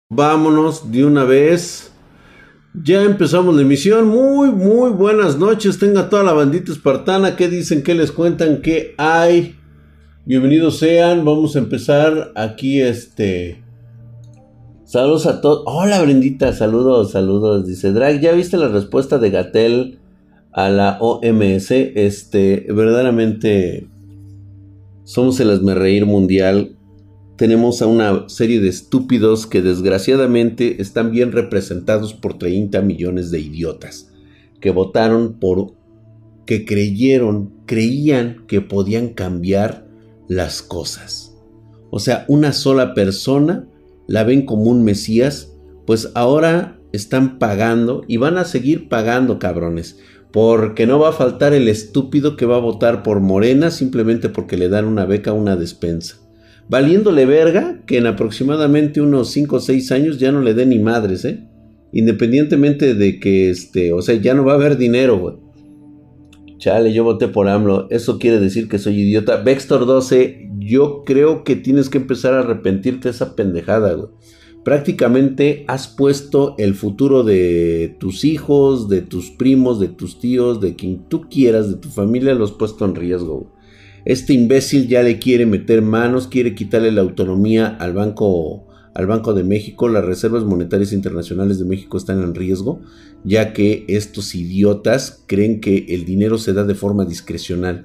Vámonos de una vez. Ya empezamos la emisión. Muy buenas noches. Tenga toda la bandita espartana. ¿Qué dicen? ¿Qué les cuentan? ¿Qué hay? Bienvenidos sean. Vamos a empezar aquí Saludos a todos. Hola Brendita. Saludos. Dice Drag. ¿Ya viste la respuesta de Gatel a la OMS? Verdaderamente somos el hazmerreír mundial. Tenemos a una serie de estúpidos que desgraciadamente están bien representados por 30 millones de idiotas que votaron que creían que podían cambiar las cosas. O sea, una sola persona la ven como un mesías, pues ahora están pagando y van a seguir pagando, cabrones, porque no va a faltar el estúpido que va a votar por Morena simplemente porque le dan una beca o una despensa. Valiéndole verga que en aproximadamente unos 5 o 6 años ya no le den ni madres, independientemente de que, o sea, ya no va a haber dinero, güey. Chale, yo voté por AMLO, eso quiere decir que soy idiota. Vextor 12, yo creo que tienes que empezar a arrepentirte de esa pendejada, güey. Prácticamente has puesto el futuro de tus hijos, de tus primos, de tus tíos, de quien tú quieras, de tu familia, lo has puesto en riesgo, güey. Este imbécil ya le quiere meter manos, quiere quitarle la autonomía al Banco de México. Las reservas monetarias internacionales de México están en riesgo, ya que estos idiotas creen que el dinero se da de forma discrecional.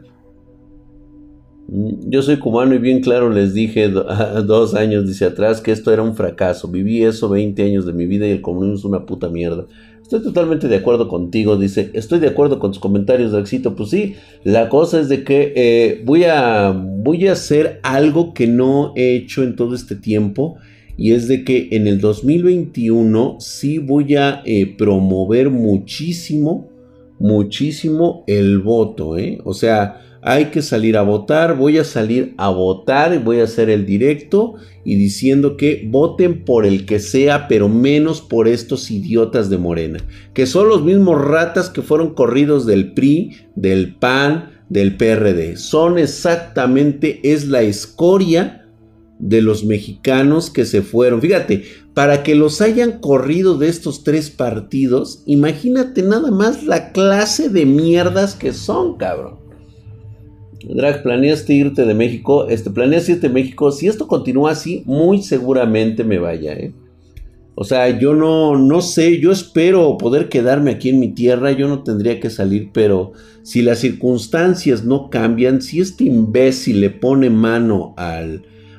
Yo soy cubano y bien claro les dije 2 años, dice atrás, que esto era un fracaso. Viví eso 20 años de mi vida y el comunismo es una puta mierda. Estoy totalmente de acuerdo contigo, dice. Estoy de acuerdo con tus comentarios, Daxito. Pues sí, la cosa es de que voy a hacer algo que no he hecho en todo este tiempo. Y es de que en el 2021 sí voy a promover muchísimo el voto, O sea, hay que salir a votar, voy a salir a votar y voy a hacer el directo y diciendo que voten por el que sea, pero menos por estos idiotas de Morena, que son los mismos ratas que fueron corridos del PRI, del PAN, del PRD. Son exactamente, es la escoria de los mexicanos que se fueron. Fíjate, para que los hayan corrido de estos 3 partidos, imagínate nada más la clase de mierdas que son, cabrón. Drag, ¿planeaste irte de México? ¿Planeas irte de México? Si esto continúa así, muy seguramente me vaya, O sea, yo no sé, yo espero poder quedarme aquí en mi tierra, yo no tendría que salir, pero si las circunstancias no cambian, si este imbécil le pone mano al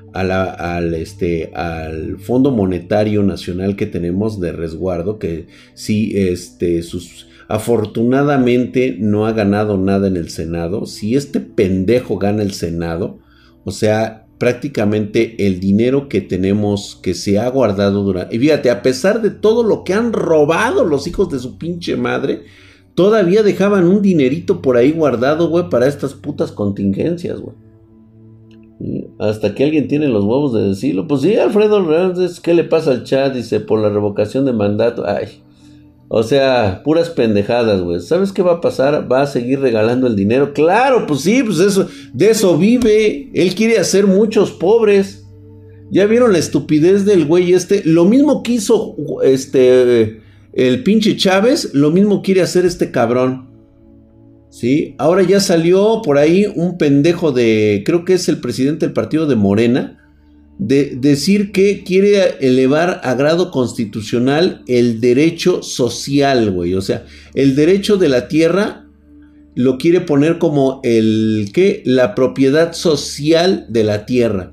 Fondo Monetario Nacional que tenemos de resguardo, que sí, afortunadamente no ha ganado nada en el Senado. Si este pendejo gana el Senado, o sea, prácticamente el dinero que tenemos, que se ha guardado durante... Y fíjate, a pesar de todo lo que han robado los hijos de su pinche madre, todavía dejaban un dinerito por ahí guardado, güey, para estas putas contingencias, güey. Hasta que alguien tiene los huevos de decirlo. Pues sí, Alfredo Hernández, ¿qué le pasa al chat? Dice, por la revocación de mandato. Ay, o sea, puras pendejadas, güey. ¿Sabes qué va a pasar? Va a seguir regalando el dinero. Claro, pues sí, pues eso, de eso vive. Él quiere hacer muchos pobres. ¿Ya vieron la estupidez del güey este? Lo mismo que hizo el pinche Chávez, lo mismo quiere hacer este cabrón. ¿Sí? Ahora ya salió por ahí un pendejo creo que es el presidente del partido de Morena, de decir que quiere elevar a grado constitucional el derecho social, güey. O sea, el derecho de la tierra lo quiere poner como la propiedad social de la tierra.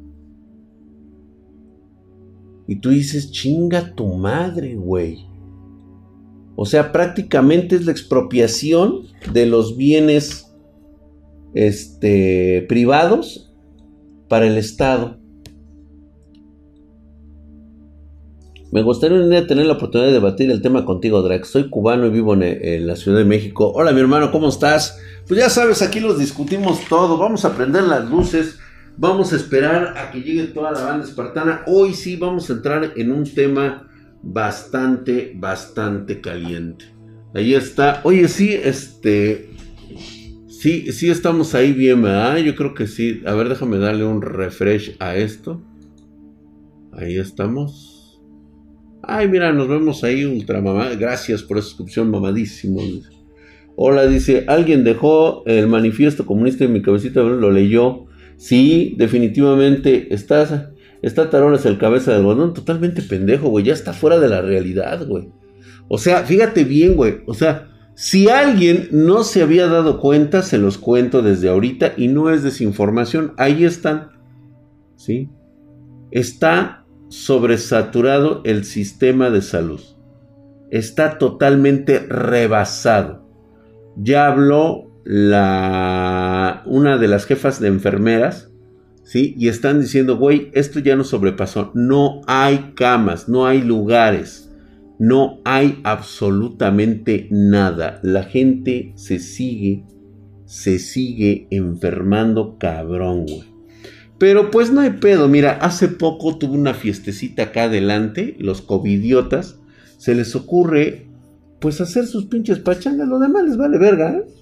Y tú dices, chinga tu madre, güey. O sea, prácticamente es la expropiación de los bienes privados para el Estado. Me gustaría un día tener la oportunidad de debatir el tema contigo, Drax. Soy cubano y vivo en la Ciudad de México. Hola, mi hermano, ¿cómo estás? Pues ya sabes, aquí los discutimos todo. Vamos a prender las luces. Vamos a esperar a que llegue toda la banda espartana. Hoy sí vamos a entrar en un tema bastante caliente. Ahí está. Oye, sí, sí estamos ahí bien, ¿verdad? Yo creo que sí. A ver, déjame darle un refresh a esto. Ahí estamos. Ay, mira, nos vemos ahí, ultra mamá. Gracias por esa suscripción, mamadísimo. Hola, dice, alguien dejó el manifiesto comunista en mi cabecita, lo leyó. Sí, definitivamente, está Tarolas el cabeza del algodón, totalmente pendejo, güey, ya está fuera de la realidad, güey. O sea, fíjate bien, güey, o sea, si alguien no se había dado cuenta, se los cuento desde ahorita y no es desinformación, ahí están, ¿sí? Está sobresaturado el sistema de salud, está totalmente rebasado. Ya habló una de las jefas de enfermeras, ¿sí? Y están diciendo, güey, esto ya nos sobrepasó. No hay camas, no hay lugares, no hay absolutamente nada. La gente se sigue enfermando cabrón, güey. Pero pues no hay pedo. Mira, hace poco tuve una fiestecita acá adelante, los covidiotas, se les ocurre pues hacer sus pinches pachangas, lo demás les vale verga, ¿eh?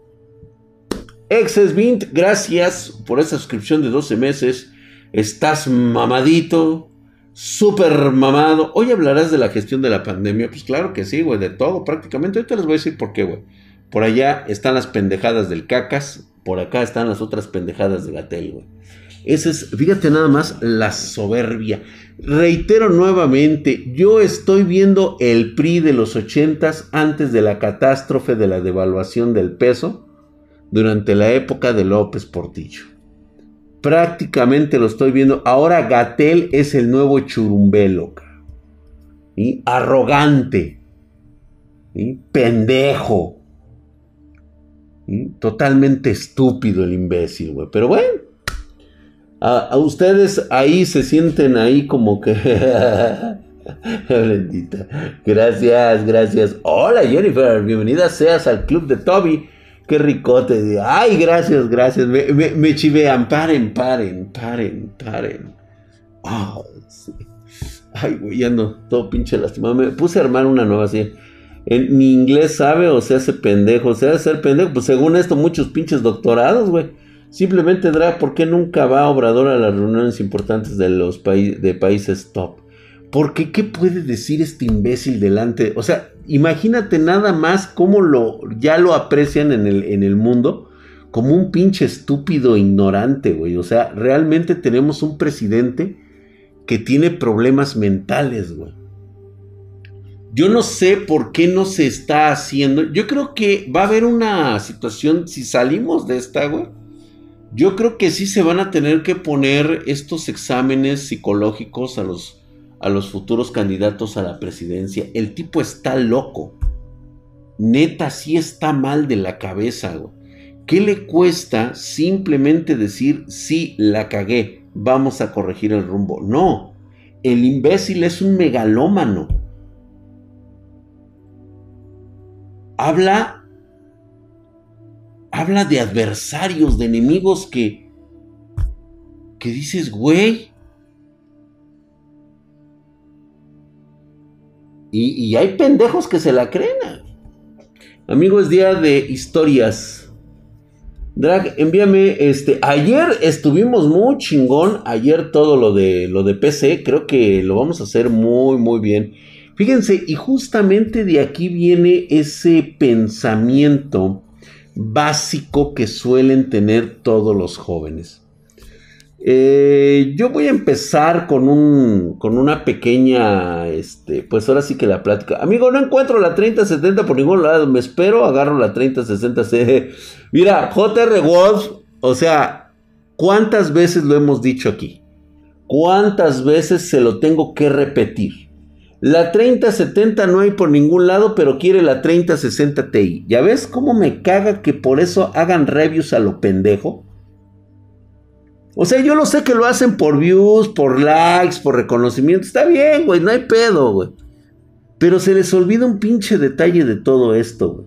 Exes20, gracias por esa suscripción de 12 meses. Estás mamadito, súper mamado. Hoy hablarás de la gestión de la pandemia. Pues claro que sí, güey, de todo prácticamente. Ahorita les voy a decir por qué, güey. Por allá están las pendejadas del Cacas, por acá están las otras pendejadas de Gatell, güey. Esa es, fíjate nada más, la soberbia. Reitero nuevamente, yo estoy viendo el PRI de los 80s antes de la catástrofe de la devaluación del peso durante la época de López Portillo. Prácticamente lo estoy viendo. Ahora Gatell es el nuevo churumbelo, ¿sí? Arrogante, ¿sí? Pendejo, ¿sí? Totalmente estúpido el imbécil, güey. Pero bueno. A ustedes ahí se sienten ahí como que... Bendita. Gracias, gracias. Hola Jennifer, bienvenida seas al club de Toby. Qué ricote. Ay, gracias, gracias. Me chivean. Paren. Oh, sí. Ay, güey, ya ando todo pinche lastimado. Me puse a armar una nueva así. ¿Mi inglés sabe o se hace pendejo? ¿Se hace ser pendejo? Pues según esto, muchos pinches doctorados, güey. Simplemente, Drag, ¿por qué nunca va Obrador a las reuniones importantes de los países top? Porque, ¿qué puede decir este imbécil delante? O sea, imagínate nada más cómo ya lo aprecian en el mundo como un pinche estúpido ignorante, güey. O sea, realmente tenemos un presidente que tiene problemas mentales, güey. Yo no sé por qué no se está haciendo. Yo creo que va a haber una situación, si salimos de esta, güey. Yo creo que sí se van a tener que poner estos exámenes psicológicos a los futuros candidatos a la presidencia. El tipo está loco. Neta, sí está mal de la cabeza, güey. ¿Qué le cuesta simplemente decir, sí, la cagué, vamos a corregir el rumbo? No, el imbécil es un megalómano. Habla de adversarios, de enemigos que dices, güey. Y hay pendejos que se la creen. Amigo, es día de historias. Drag, envíame ayer estuvimos muy chingón. Ayer todo lo de PC, creo que lo vamos a hacer muy, muy bien. Fíjense, y justamente de aquí viene ese pensamiento básico que suelen tener todos los jóvenes. Yo voy a empezar con una pequeña, pues ahora sí que la plática. Amigo, no encuentro la 3070 por ningún lado, me espero, agarro la 3060. Mira, J.R. Wolf, o sea, ¿cuántas veces lo hemos dicho aquí? ¿Cuántas veces se lo tengo que repetir? La 3070 no hay por ningún lado, pero quiere la 3060 Ti. ¿Ya ves cómo me caga que por eso hagan reviews a lo pendejo? O sea, yo lo sé que lo hacen por views, por likes, por reconocimiento. Está bien, güey, no hay pedo, güey. Pero se les olvida un pinche detalle de todo esto, güey.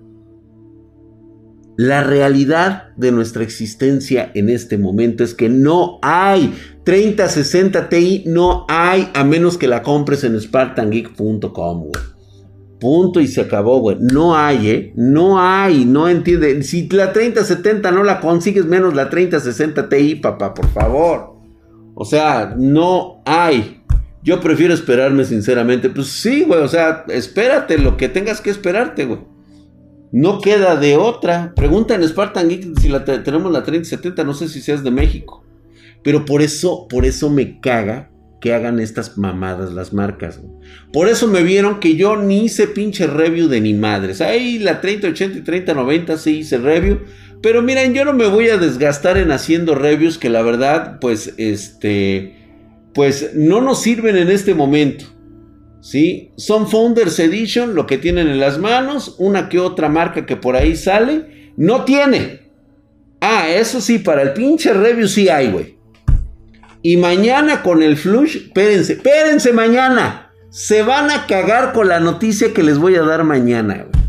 La realidad de nuestra existencia en este momento es que no hay 3060 Ti, no hay, a menos que la compres en spartangeek.com, güey. Punto y se acabó, güey. No hay, no hay, no entiende. Si la 3070 no la consigues, menos la 3060 Ti, papá, por favor. O sea, no hay. Yo prefiero esperarme sinceramente. Pues sí, güey, o sea, espérate lo que tengas que esperarte, güey. No queda de otra. Pregunta en Spartan Geek si tenemos la 3070, no sé si seas de México. Pero por eso me caga que hagan estas mamadas las marcas, güey. Por eso me vieron que yo ni hice pinche review de ni madres. Ahí la 3080 y 3090 sí hice review. Pero miren, yo no me voy a desgastar en haciendo reviews que la verdad, pues, pues no nos sirven en este momento. ¿Sí? Son Founders Edition, lo que tienen en las manos. Una que otra marca que por ahí sale. No tiene. Ah, eso sí, para el pinche review sí hay, güey. Y mañana con el flush, espérense mañana. Se van a cagar con la noticia que les voy a dar mañana, güey.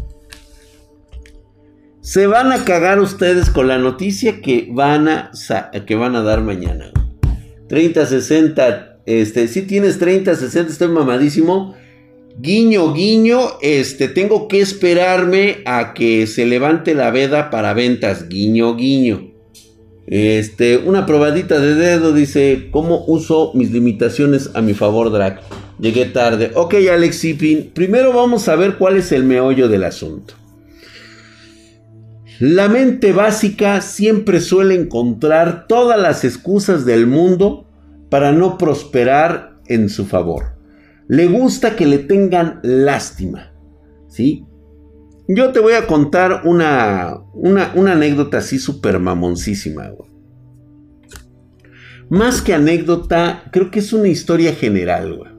Se van a cagar ustedes con la noticia que van a dar mañana, güey. 3060, si tienes 3060, estoy mamadísimo. Guiño, guiño, tengo que esperarme a que se levante la veda para ventas. Guiño, guiño. Una probadita de dedo, dice, ¿cómo uso mis limitaciones a mi favor, Drac? Llegué tarde. Ok, Alex Zipin, primero vamos a ver cuál es el meollo del asunto. La mente básica siempre suele encontrar todas las excusas del mundo para no prosperar en su favor. Le gusta que le tengan lástima, ¿sí? Yo te voy a contar una anécdota así súper mamoncísima, güey. Más que anécdota, creo que es una historia general, güey.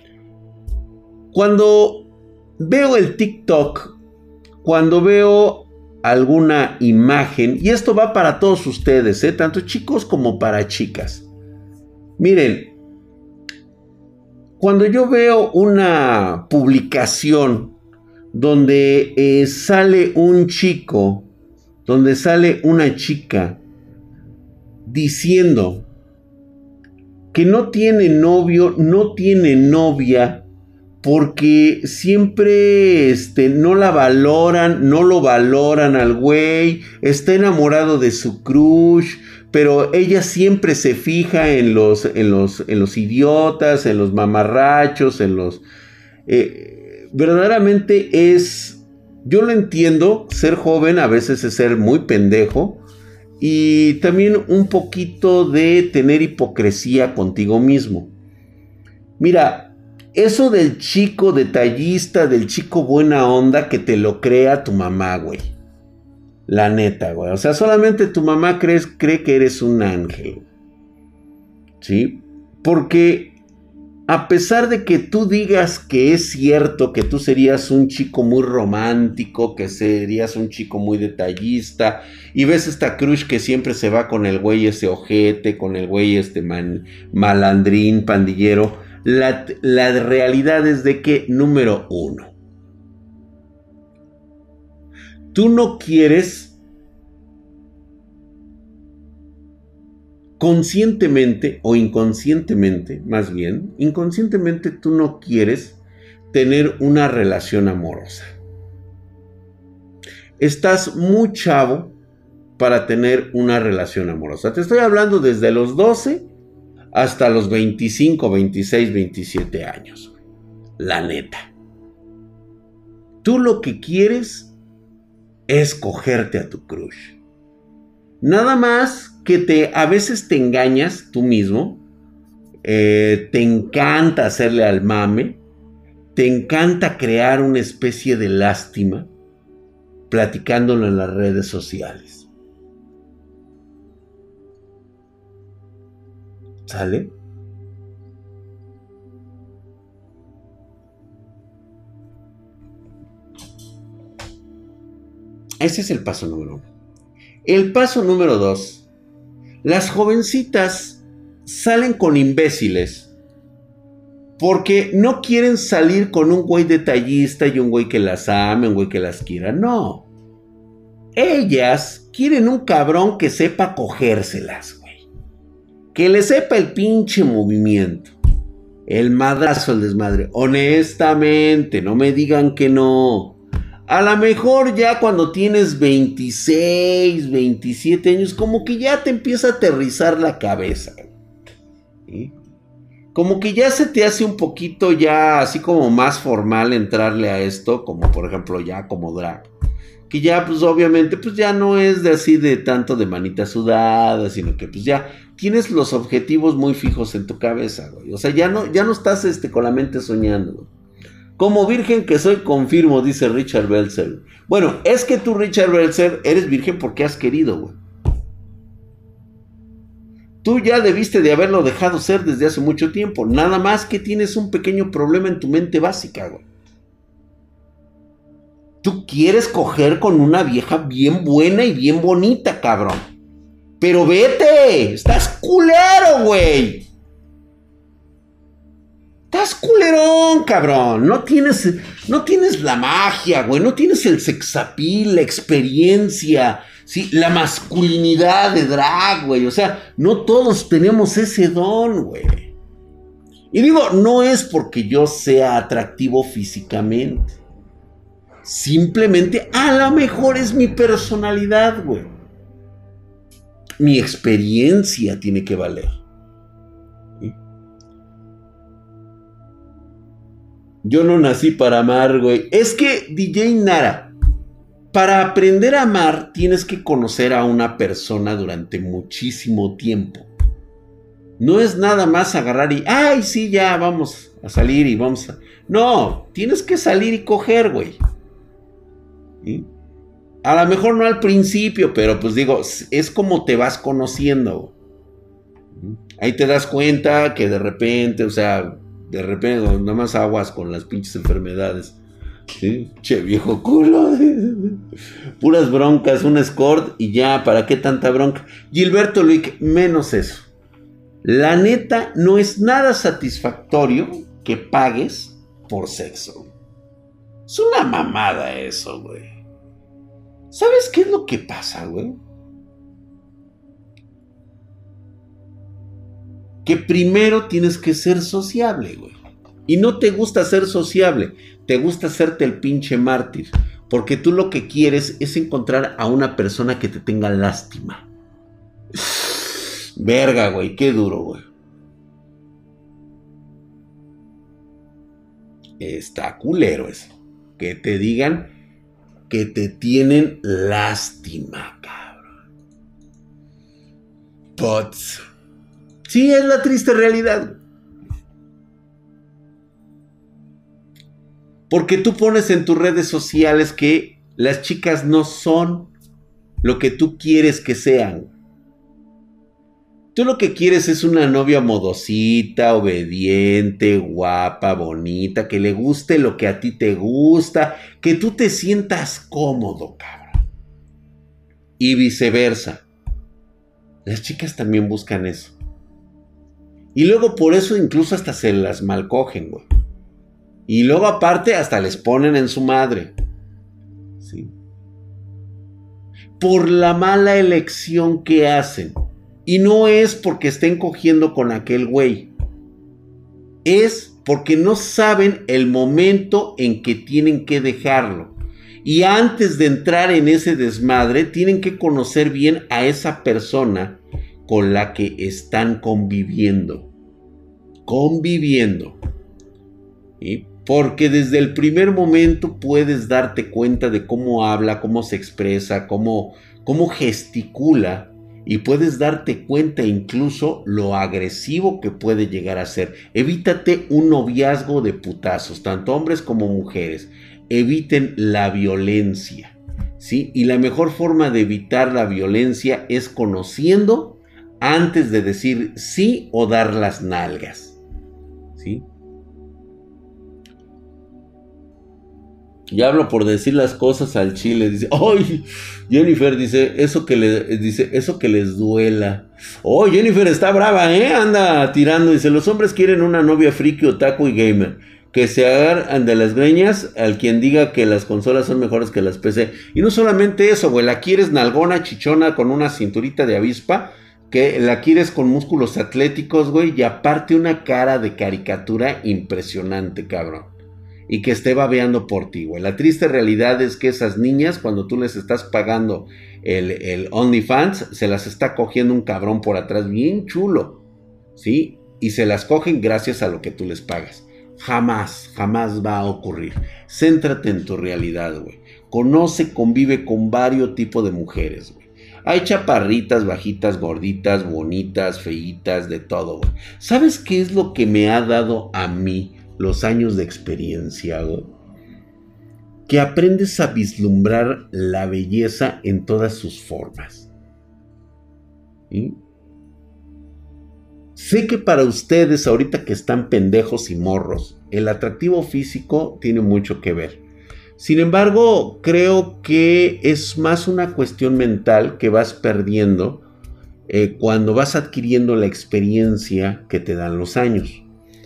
Cuando veo el TikTok, cuando veo alguna imagen, y esto va para todos ustedes, tanto chicos como para chicas. Miren, cuando yo veo una publicación donde sale un chico, donde sale una chica diciendo que no tiene novio, no tiene novia, porque siempre no la valoran, no lo valoran al güey, está enamorado de su crush, pero ella siempre se fija en los idiotas, en los mamarrachos, en los... verdaderamente es... Yo lo entiendo, ser joven a veces es ser muy pendejo y también un poquito de tener hipocresía contigo mismo. Mira, eso del chico detallista, del chico buena onda, que te lo crea tu mamá, güey. La neta, güey. O sea, solamente tu mamá cree que eres un ángel. ¿Sí? Porque a pesar de que tú digas que es cierto que tú serías un chico muy romántico, que serías un chico muy detallista, y ves esta crush que siempre se va con el güey ese ojete, con el güey malandrín, pandillero, la realidad es de que, número uno, tú no quieres conscientemente o inconscientemente, más bien, inconscientemente tú no quieres tener una relación amorosa. Estás muy chavo para tener una relación amorosa. Te estoy hablando desde los 12 hasta los 25, 26, 27 años. La neta. Tú lo que quieres es cogerte a tu crush. Nada más que a veces te engañas tú mismo. Te encanta hacerle al mame. Te encanta crear una especie de lástima platicándolo en las redes sociales. ¿Sale? Ese es el paso número 1. El paso número 2. Las jovencitas salen con imbéciles porque no quieren salir con un güey detallista y un güey que las ame, un güey que las quiera. No. Ellas quieren un cabrón que sepa cogérselas. Que le sepa el pinche movimiento. El madrazo, el desmadre. Honestamente, no me digan que no. A lo mejor ya cuando tienes 26, 27 años, como que ya te empieza a aterrizar la cabeza. ¿Sí? como que ya se te hace un poquito ya así como más formal entrarle a esto, como por ejemplo ya como drag. Que ya pues obviamente pues ya no es de así de tanto de manita sudada, sino que pues ya tienes los objetivos muy fijos en tu cabeza, güey. O sea, ya no estás con la mente soñando, güey. Como virgen que soy, confirmo, dice Richard Belzer. Bueno, es que tú, Richard Belzer, eres virgen porque has querido, güey. Tú ya debiste de haberlo dejado ser desde hace mucho tiempo. Nada más que tienes un pequeño problema en tu mente básica, güey. Tú quieres coger con una vieja bien buena y bien bonita, cabrón. Pero vete, estás culero, güey. Estás culerón, cabrón. No tienes la magia, güey. No tienes el sexapil, la experiencia, ¿sí? La masculinidad de drag, güey. O sea, no todos tenemos ese don, güey. Y digo, no es porque yo sea atractivo físicamente. Simplemente, a lo mejor es mi personalidad, güey. Mi experiencia tiene que valer. ¿Sí? Yo no nací para amar, güey. Es que, DJ Nara, para aprender a amar tienes que conocer a una persona durante muchísimo tiempo. No es nada más agarrar y, ay, sí, ya, vamos a salir y vamos a... No, tienes que salir y coger, güey. ¿Sí? A lo mejor no al principio, pero pues digo, es como te vas conociendo. Ahí te das cuenta que de repente, o sea, de repente nada más aguas con las pinches enfermedades. ¿Sí? Che, viejo culo. Puras broncas, un escort y ya, ¿para qué tanta bronca? Gilberto Luic, menos eso. La neta, no es nada satisfactorio que pagues por sexo. Es una mamada eso, güey. ¿Sabes qué es lo que pasa, güey? Que primero tienes que ser sociable, güey. Y no te gusta ser sociable, te gusta hacerte el pinche mártir. Porque tú lo que quieres es encontrar a una persona que te tenga lástima. Verga, güey, qué duro, güey. Está culero eso. Que te digan que te tienen lástima, cabrón. Pots. Sí, es la triste realidad. Porque tú pones en tus redes sociales que las chicas no son lo que tú quieres que sean. Tú lo que quieres es una novia modosita, obediente, guapa, bonita, que le guste lo que a ti te gusta, que tú te sientas cómodo, cabrón. Y viceversa. Las chicas también buscan eso. Y luego por eso incluso hasta se las malcogen, güey. Y luego aparte hasta les ponen en su madre. ¿Sí? Por la mala elección que hacen. Y no es porque estén cogiendo con aquel güey. Es porque no saben el momento en que tienen que dejarlo. Y antes de entrar en ese desmadre, tienen que conocer bien a esa persona con la que están conviviendo. Conviviendo. ¿Sí? Porque desde el primer momento puedes darte cuenta de cómo habla, cómo se expresa, cómo gesticula. Y puedes darte cuenta incluso lo agresivo que puede llegar a ser. Evítate un noviazgo de putazos, tanto hombres como mujeres. Eviten la violencia, ¿sí? Y la mejor forma de evitar la violencia es conociendo antes de decir sí o dar las nalgas, ¿sí? Y hablo por decir las cosas al chile. Dice, ¡ay! Jennifer dice, eso que les duela. Oh, Jennifer está brava, anda tirando. Dice, los hombres quieren una novia friki, otaku y gamer. Que se agarran de las greñas al quien diga que las consolas son mejores que las PC. Y no solamente eso, güey. La quieres nalgona, chichona, con una cinturita de avispa. Que la quieres con músculos atléticos, güey. Y aparte una cara de caricatura impresionante, cabrón. Y que esté babeando por ti, güey. La triste realidad es que esas niñas, cuando tú les estás pagando el OnlyFans, se las está cogiendo un cabrón por atrás bien chulo, ¿sí? y se las cogen gracias a lo que tú les pagas. Jamás, jamás va a ocurrir. Céntrate en tu realidad, güey. Conoce, convive con varios tipos de mujeres, güey. Hay chaparritas, bajitas, gorditas, bonitas, feitas, de todo, güey. ¿Sabes qué es lo que me ha dado a mí los años de experiencia, güey? Que aprendes a vislumbrar la belleza en todas sus formas. ¿Sí? Sé que para ustedes, ahorita que están pendejos y morros, el atractivo físico tiene mucho que ver. Sin embargo, creo que es más una cuestión mental que vas perdiendo cuando vas adquiriendo la experiencia que te dan los años.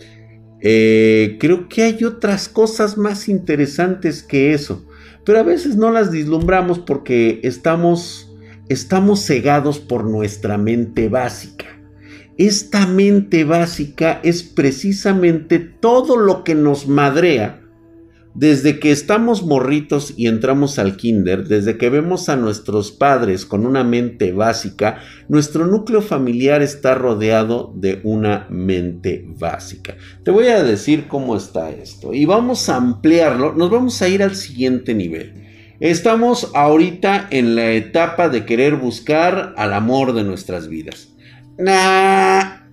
Creo que hay otras cosas más interesantes que eso, pero a veces no las vislumbramos porque estamos cegados por nuestra mente básica. Esta mente básica es precisamente todo lo que nos madrea desde que estamos morritos y entramos al kinder, desde que vemos a nuestros padres con una mente básica. Nuestro núcleo familiar está rodeado de una mente básica. Te voy a decir cómo está esto y vamos a ampliarlo. Nos vamos a ir al siguiente nivel. Estamos ahorita en la etapa de querer buscar al amor de nuestras vidas. Nah.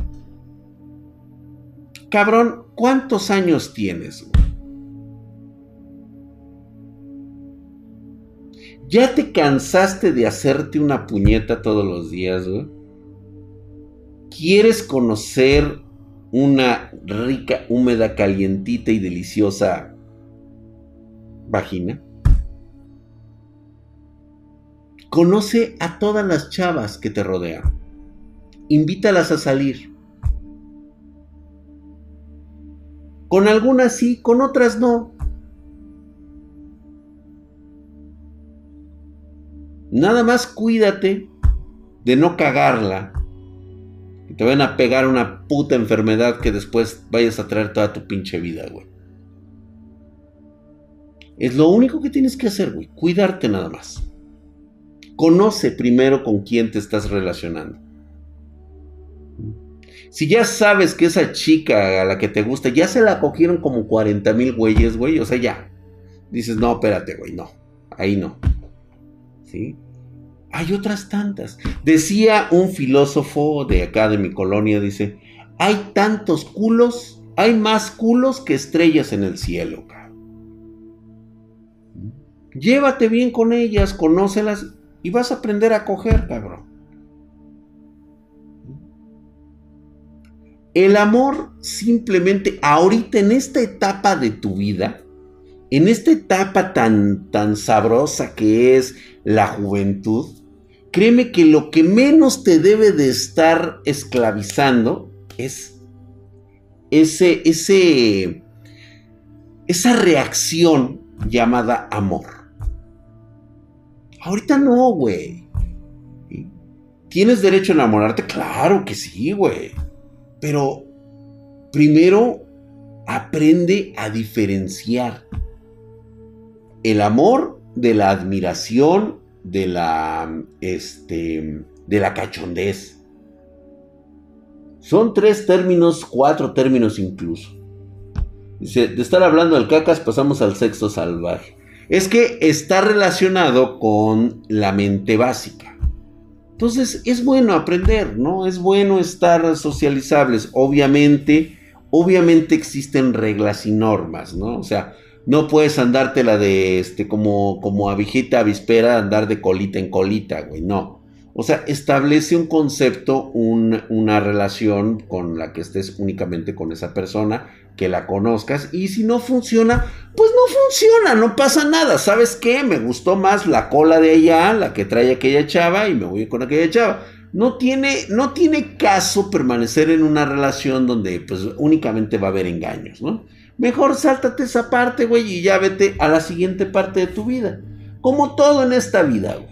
Cabrón, ¿cuántos años tienes, güey? ¿Ya te cansaste de hacerte una puñeta todos los días, güey? ¿Quieres conocer una rica, húmeda, calientita y deliciosa vagina? Conoce a todas las chavas que te rodean. Invítalas a salir. Con algunas sí, con otras no. Nada más cuídate de no cagarla. Que te van a pegar una puta enfermedad que después vayas a traer toda tu pinche vida, güey. Es lo único que tienes que hacer, güey. Cuidarte nada más. Conoce primero con quién te estás relacionando. Si ya sabes que esa chica a la que te gusta, ya se la cogieron como 40,000 güeyes, güey. O sea, ya. Dices, no, espérate, güey, no. Ahí no. ¿Sí? Hay otras tantas. Decía un filósofo de acá de mi colonia, dice, hay tantos culos, hay más culos que estrellas en el cielo, cabrón. Llévate bien con ellas, conócelas y vas a aprender a coger, cabrón. El amor simplemente ahorita en esta etapa de tu vida, en esta etapa tan sabrosa que es la juventud, créeme que lo que menos te debe de estar esclavizando es esa reacción llamada amor. Ahorita no, güey. ¿Tienes derecho a enamorarte? Claro que sí, güey. Pero primero aprende a diferenciar el amor de la admiración, de la cachondez. Son 3 términos, 4 términos incluso. Dice, de estar hablando del cacas pasamos al sexo salvaje. Es que está relacionado con la mente básica. Entonces es bueno aprender, ¿no? Es bueno estar socializables. Obviamente existen reglas y normas, ¿no? O sea, no puedes andártela de como abejita avispera, andar de colita en colita, güey, no. O sea, establece un concepto, una relación con la que estés únicamente con esa persona, que la conozcas, y si no funciona, pues no funciona, no pasa nada. ¿Sabes qué? Me gustó más la cola de allá, la que trae aquella chava, y me voy con aquella chava. No tiene caso permanecer en una relación donde pues únicamente va a haber engaños, ¿no? Mejor sáltate esa parte, güey, y ya vete a la siguiente parte de tu vida. Como todo en esta vida, güey.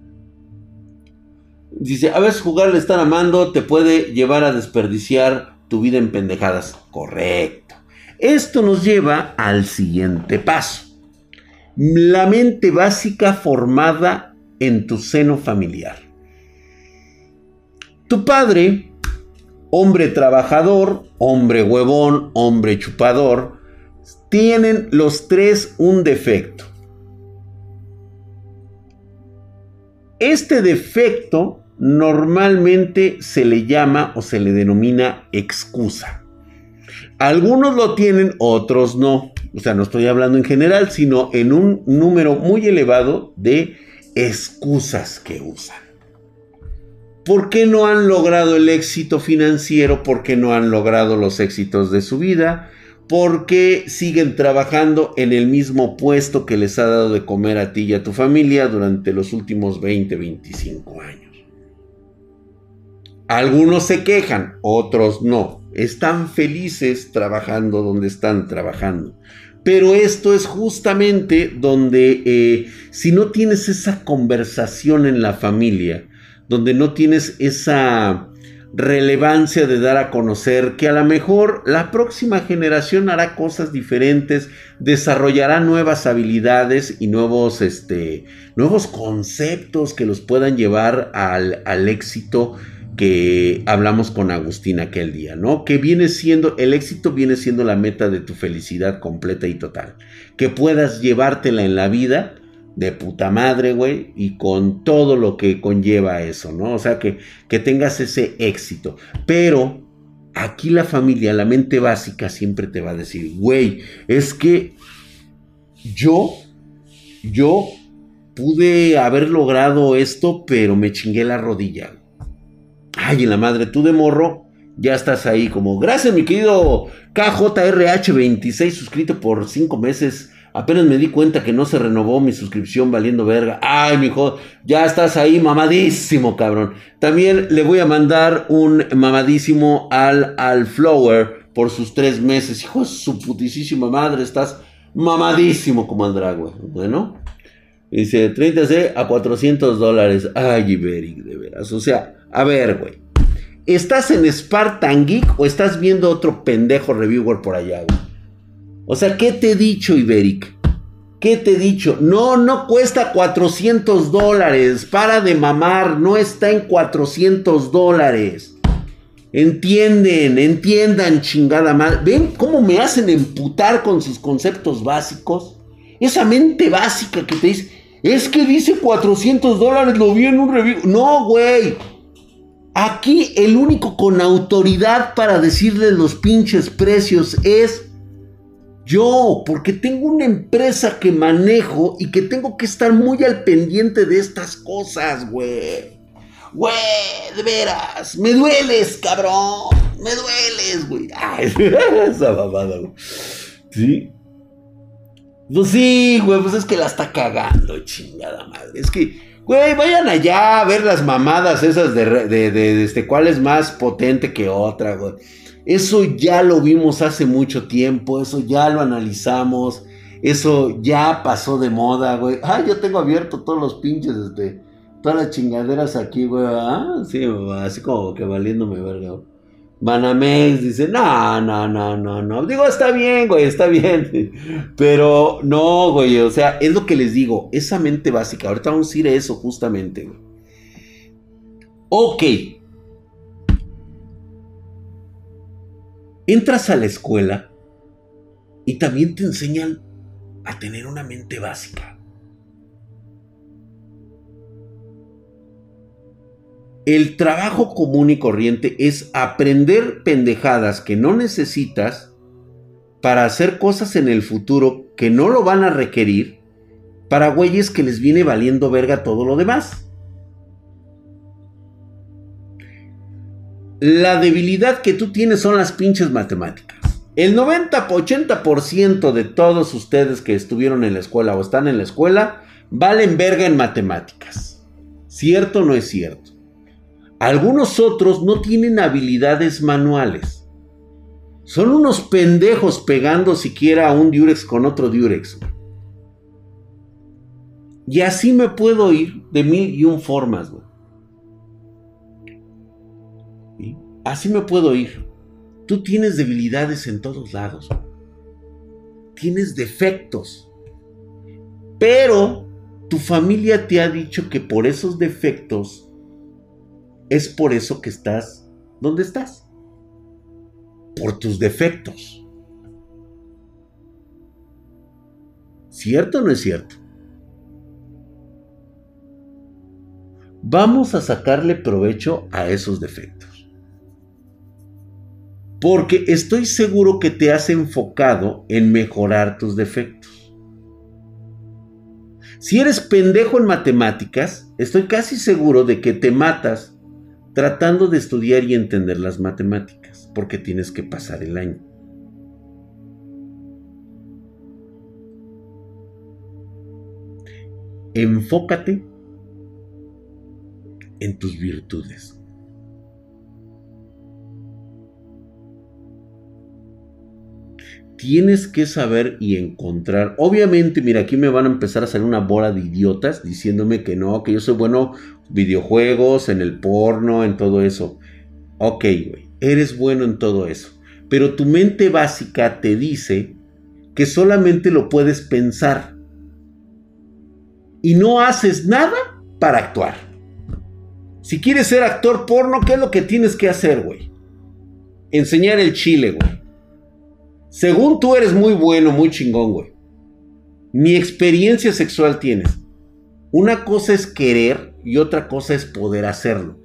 Dice, a veces jugarle estar amando te puede llevar a desperdiciar tu vida en pendejadas. Correcto. Esto nos lleva al siguiente paso. La mente básica formada en tu seno familiar. Tu padre hombre trabajador, hombre huevón, hombre chupador, tienen los tres un defecto. Este defecto normalmente se le llama o se le denomina excusa. Algunos lo tienen, otros no. O sea, no estoy hablando en general, sino en un número muy elevado de excusas que usan. ¿Por qué no han logrado el éxito financiero? ¿Por qué no han logrado los éxitos de su vida? ¿Por qué siguen trabajando en el mismo puesto que les ha dado de comer a ti y a tu familia durante los últimos 20, 25 años? Algunos se quejan, otros no. Están felices trabajando donde están trabajando. Pero esto es justamente donde si no tienes esa conversación en la familia, donde no tienes esa relevancia de dar a conocer que a lo mejor la próxima generación hará cosas diferentes, desarrollará nuevas habilidades y nuevos conceptos que los puedan llevar al éxito que hablamos con Agustín aquel día, ¿no? Que viene siendo, el éxito viene siendo la meta de tu felicidad completa y total. Que puedas llevártela en la vida de puta madre, güey, y con todo lo que conlleva eso, ¿no? O sea, que tengas ese éxito. Pero aquí la familia, la mente básica siempre te va a decir, güey, es que yo pude haber logrado esto, pero me chingué la rodilla. Ay, en la madre, tú de morro ya estás ahí como, gracias mi querido KJRH26, suscrito por 5 meses. Apenas me di cuenta que no se renovó mi suscripción valiendo verga. Ay, mijo, ya estás ahí mamadísimo, cabrón. También le voy a mandar un mamadísimo al Flower por sus 3 meses. Hijo de su putísima madre, estás mamadísimo como Andrá, güey. Bueno, dice 30C a $400. Ay, Iberic, de veras. O sea, a ver, güey. ¿Estás en Spartan Geek o estás viendo otro pendejo reviewer por allá, güey? O sea, ¿qué te he dicho, Iberic? ¿Qué te he dicho? No cuesta $400. Para de mamar, no está en $400. Entiendan, chingada madre. ¿Ven cómo me hacen emputar con sus conceptos básicos? Esa mente básica que te dice, es que dice $400, lo vi en un review. No, güey. Aquí el único con autoridad para decirles los pinches precios es yo, porque tengo una empresa que manejo y que tengo que estar muy al pendiente de estas cosas, güey. Güey, de veras, me dueles, cabrón, me dueles, güey. Ay, esa mamada, güey. ¿Sí? Pues sí, güey, pues es que la está cagando, chingada madre. Es que, güey, vayan allá a ver las mamadas esas de cuál es más potente que otra, güey. Eso ya lo vimos hace mucho tiempo, eso ya lo analizamos, eso ya pasó de moda, güey. Ah, yo tengo abierto todos los pinches, todas las chingaderas aquí, güey. Ah, sí, así como que valiéndome verga, güey. Banamex dice, no. Digo, está bien, güey, está bien. Pero no, güey, o sea, es lo que les digo, esa mente básica. Ahorita vamos a ir a eso justamente, güey. Ok. Entras a la escuela y también te enseñan a tener una mente básica. El trabajo común y corriente es aprender pendejadas que no necesitas para hacer cosas en el futuro que no lo van a requerir para güeyes que les viene valiendo verga todo lo demás. La debilidad que tú tienes son las pinches matemáticas. El 90-80% de todos ustedes que estuvieron en la escuela o están en la escuela valen verga en matemáticas. ¿Cierto o no es cierto? Algunos otros no tienen habilidades manuales. Son unos pendejos pegando siquiera un diurex con otro diurex. Y así me puedo ir de 1001 formas, güey. ¿Sí? Así me puedo ir. Tú tienes debilidades en todos lados. Tienes defectos. Pero tu familia te ha dicho que por esos defectos es por eso que estás donde estás. por tus defectos. ¿Cierto o no es cierto? Vamos a sacarle provecho a esos defectos. Porque estoy seguro que te has enfocado en mejorar tus defectos. Si eres pendejo en matemáticas, estoy casi seguro de que te matas tratando de estudiar y entender las matemáticas, porque tienes que pasar el año. Enfócate en tus virtudes. Tienes que saber y encontrar. Obviamente, mira, aquí me van a empezar a salir una bola de idiotas diciéndome que no, que yo soy bueno en videojuegos, en el porno, en todo eso. Ok, güey, eres bueno en todo eso. Pero tu mente básica te dice que solamente lo puedes pensar. Y no haces nada para actuar. Si quieres ser actor porno, ¿qué es lo que tienes que hacer, güey? Enseñar el chile, güey. Según tú eres muy bueno, muy chingón, güey. Ni experiencia sexual tienes. Una cosa es querer y otra cosa es poder hacerlo.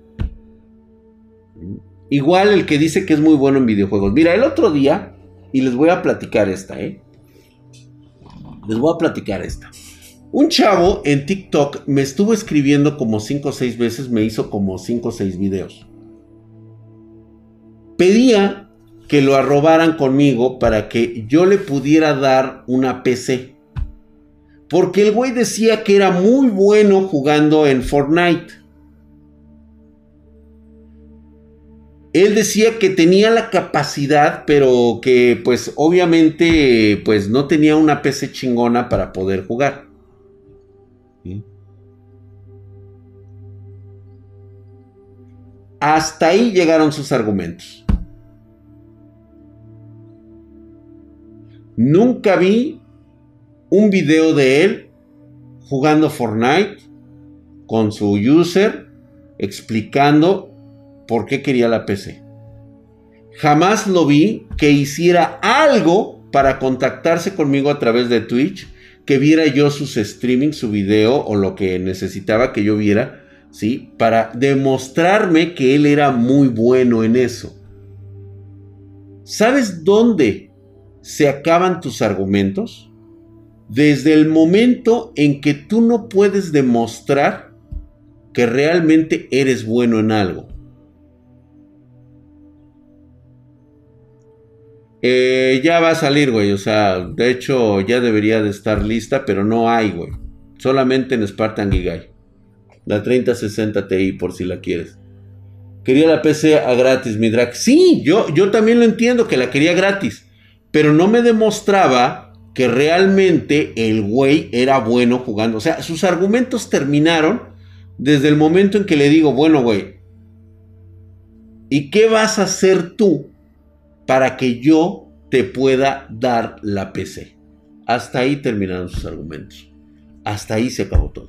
Igual el que dice que es muy bueno en videojuegos. Mira, el otro día, y les voy a platicar esta, Les voy a platicar esta. Un chavo en TikTok me estuvo escribiendo como 5 o 6 veces, me hizo como 5 o 6 videos. Pedía que lo arrobaran conmigo para que yo le pudiera dar una PC. Porque el güey decía que era muy bueno jugando en Fortnite. Él decía que tenía la capacidad, pero que pues obviamente pues no tenía una PC chingona para poder jugar. ¿Sí? Hasta ahí llegaron sus argumentos. Nunca vi un video de él jugando Fortnite con su user explicando por qué quería la PC. Jamás lo vi que hiciera algo para contactarse conmigo a través de Twitch, que viera yo sus streamings, su video o lo que necesitaba que yo viera, ¿sí? Para demostrarme que él era muy bueno en eso. ¿Sabes dónde se acaban tus argumentos? Desde el momento en que tú no puedes demostrar que realmente eres bueno en algo. Ya va a salir, güey. O sea, de hecho ya debería de estar lista, pero no hay, güey. Solamente en Spartan Gigai. La 3060 Ti, por si la quieres. Quería la PC a gratis, mi drag. Sí, yo también lo entiendo que la quería gratis. Pero no me demostraba que realmente el güey era bueno jugando. O sea, sus argumentos terminaron desde el momento en que le digo, bueno, güey, ¿y qué vas a hacer tú para que yo te pueda dar la PC? Hasta ahí terminaron sus argumentos. Hasta ahí se acabó todo.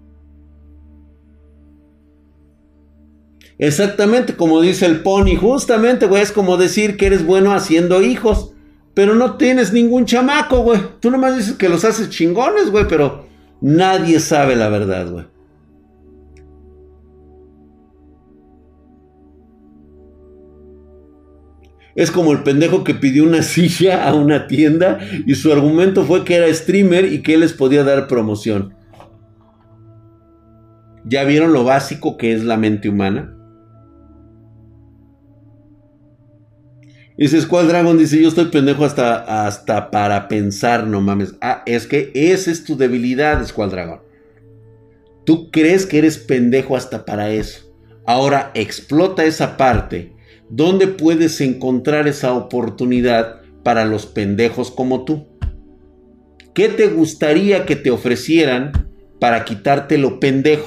Exactamente como dice el Pony. Justamente, güey, es como decir que eres bueno haciendo hijos. Pero no tienes ningún chamaco, güey. Tú nomás dices que los haces chingones, güey, pero nadie sabe la verdad, güey. Es como el pendejo que pidió una silla a una tienda y su argumento fue que era streamer y que él les podía dar promoción. ¿Ya vieron lo básico que es la mente humana? Dice Squad Dragon, dice, yo estoy pendejo hasta para pensar, no mames. Ah, es que esa es tu debilidad, Squad Dragon. Tú crees que eres pendejo hasta para eso. Ahora explota esa parte donde puedes encontrar esa oportunidad para los pendejos como tú. ¿Qué te gustaría que te ofrecieran para quitarte lo pendejo?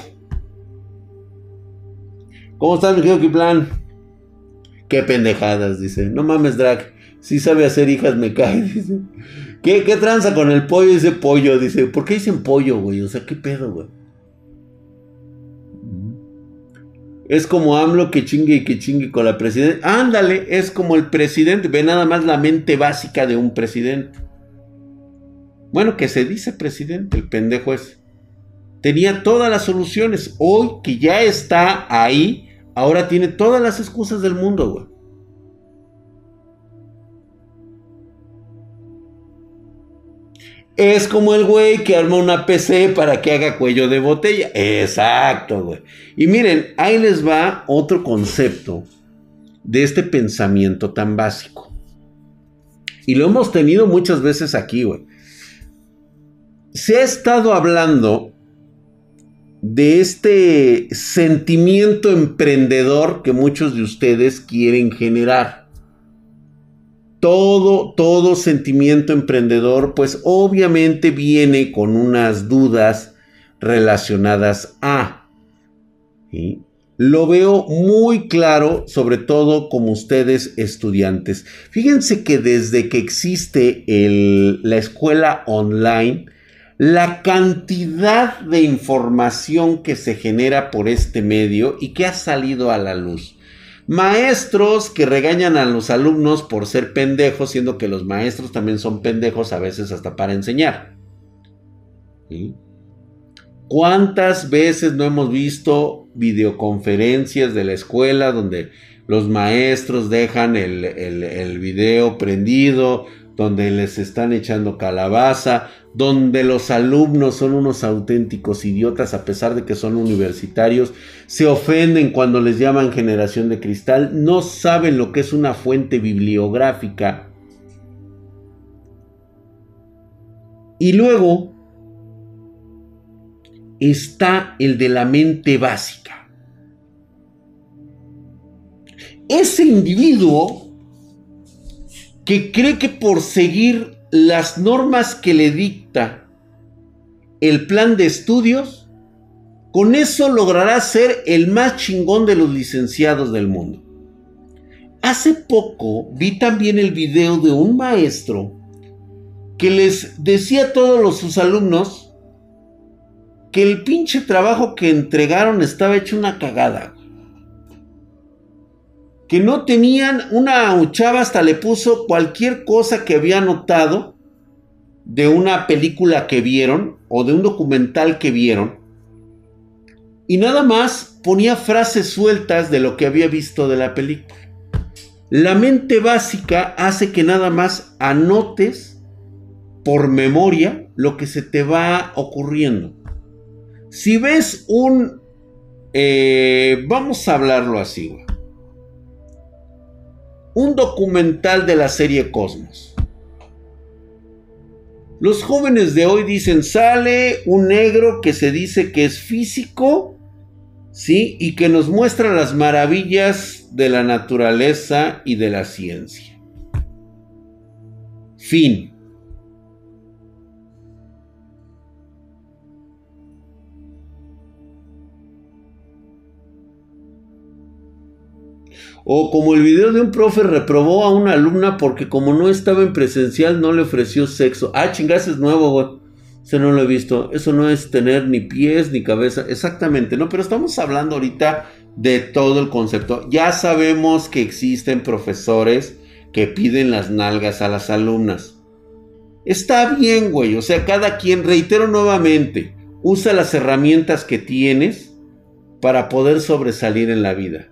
¿Cómo estás, mi querido Kiplan? Qué pendejadas, dice. No mames, Drag. Si sabe hacer hijas, me cae, dice. ¿Qué tranza con el pollo? Dice pollo, dice. ¿Por qué dicen pollo, güey? O sea, ¿qué pedo, güey? Es como AMLO que chingue y que chingue con la presidenta. Ándale, es como el presidente. Ve nada más la mente básica de un presidente. Bueno, que se dice presidente, el pendejo es. Tenía todas las soluciones. Hoy que ya está ahí, ahora tiene todas las excusas del mundo, güey. Es como el güey que arma una PC para que haga cuello de botella. Exacto, güey. Y miren, ahí les va otro concepto de este pensamiento tan básico. Y lo hemos tenido muchas veces aquí, güey. Se ha estado hablando de este sentimiento emprendedor que muchos de ustedes quieren generar. Todo sentimiento emprendedor, pues obviamente viene con unas dudas relacionadas a. ¿Sí? Lo veo muy claro, sobre todo como ustedes estudiantes. Fíjense que desde que existe la escuela online, la cantidad de información que se genera por este medio y que ha salido a la luz. Maestros que regañan a los alumnos por ser pendejos, siendo que los maestros también son pendejos a veces hasta para enseñar. ¿Sí? ¿Cuántas veces no hemos visto videoconferencias de la escuela donde los maestros dejan el video prendido, donde les están echando calabaza, donde los alumnos son unos auténticos idiotas a pesar de que son universitarios, se ofenden cuando les llaman generación de cristal, no saben lo que es una fuente bibliográfica? Y luego está el de la mente básica. Ese individuo que cree que por seguir las normas que le dicta el plan de estudios, con eso logrará ser el más chingón de los licenciados del mundo. Hace poco vi también el video de un maestro que les decía a todos sus alumnos que el pinche trabajo que entregaron estaba hecho una cagada. Que no tenían, una chava hasta le puso cualquier cosa que había notado de una película que vieron o de un documental que vieron, y nada más ponía frases sueltas de lo que había visto de la película. La mente básica hace que nada más anotes por memoria lo que se te va ocurriendo. Si ves vamos a hablarlo así, güey, un documental de la serie Cosmos. Los jóvenes de hoy dicen, sale un negro que se dice que es físico, ¿sí? Y que nos muestra las maravillas de la naturaleza y de la ciencia. Fin. O como el video de un profe reprobó a una alumna porque como no estaba en presencial no le ofreció sexo. Ah, chingas, es nuevo, güey. Eso no lo he visto. Eso no es tener ni pies ni cabeza. Exactamente, ¿no? Pero estamos hablando ahorita de todo el concepto. Ya sabemos que existen profesores que piden las nalgas a las alumnas. Está bien, güey. O sea, cada quien, reitero nuevamente, usa las herramientas que tienes para poder sobresalir en la vida.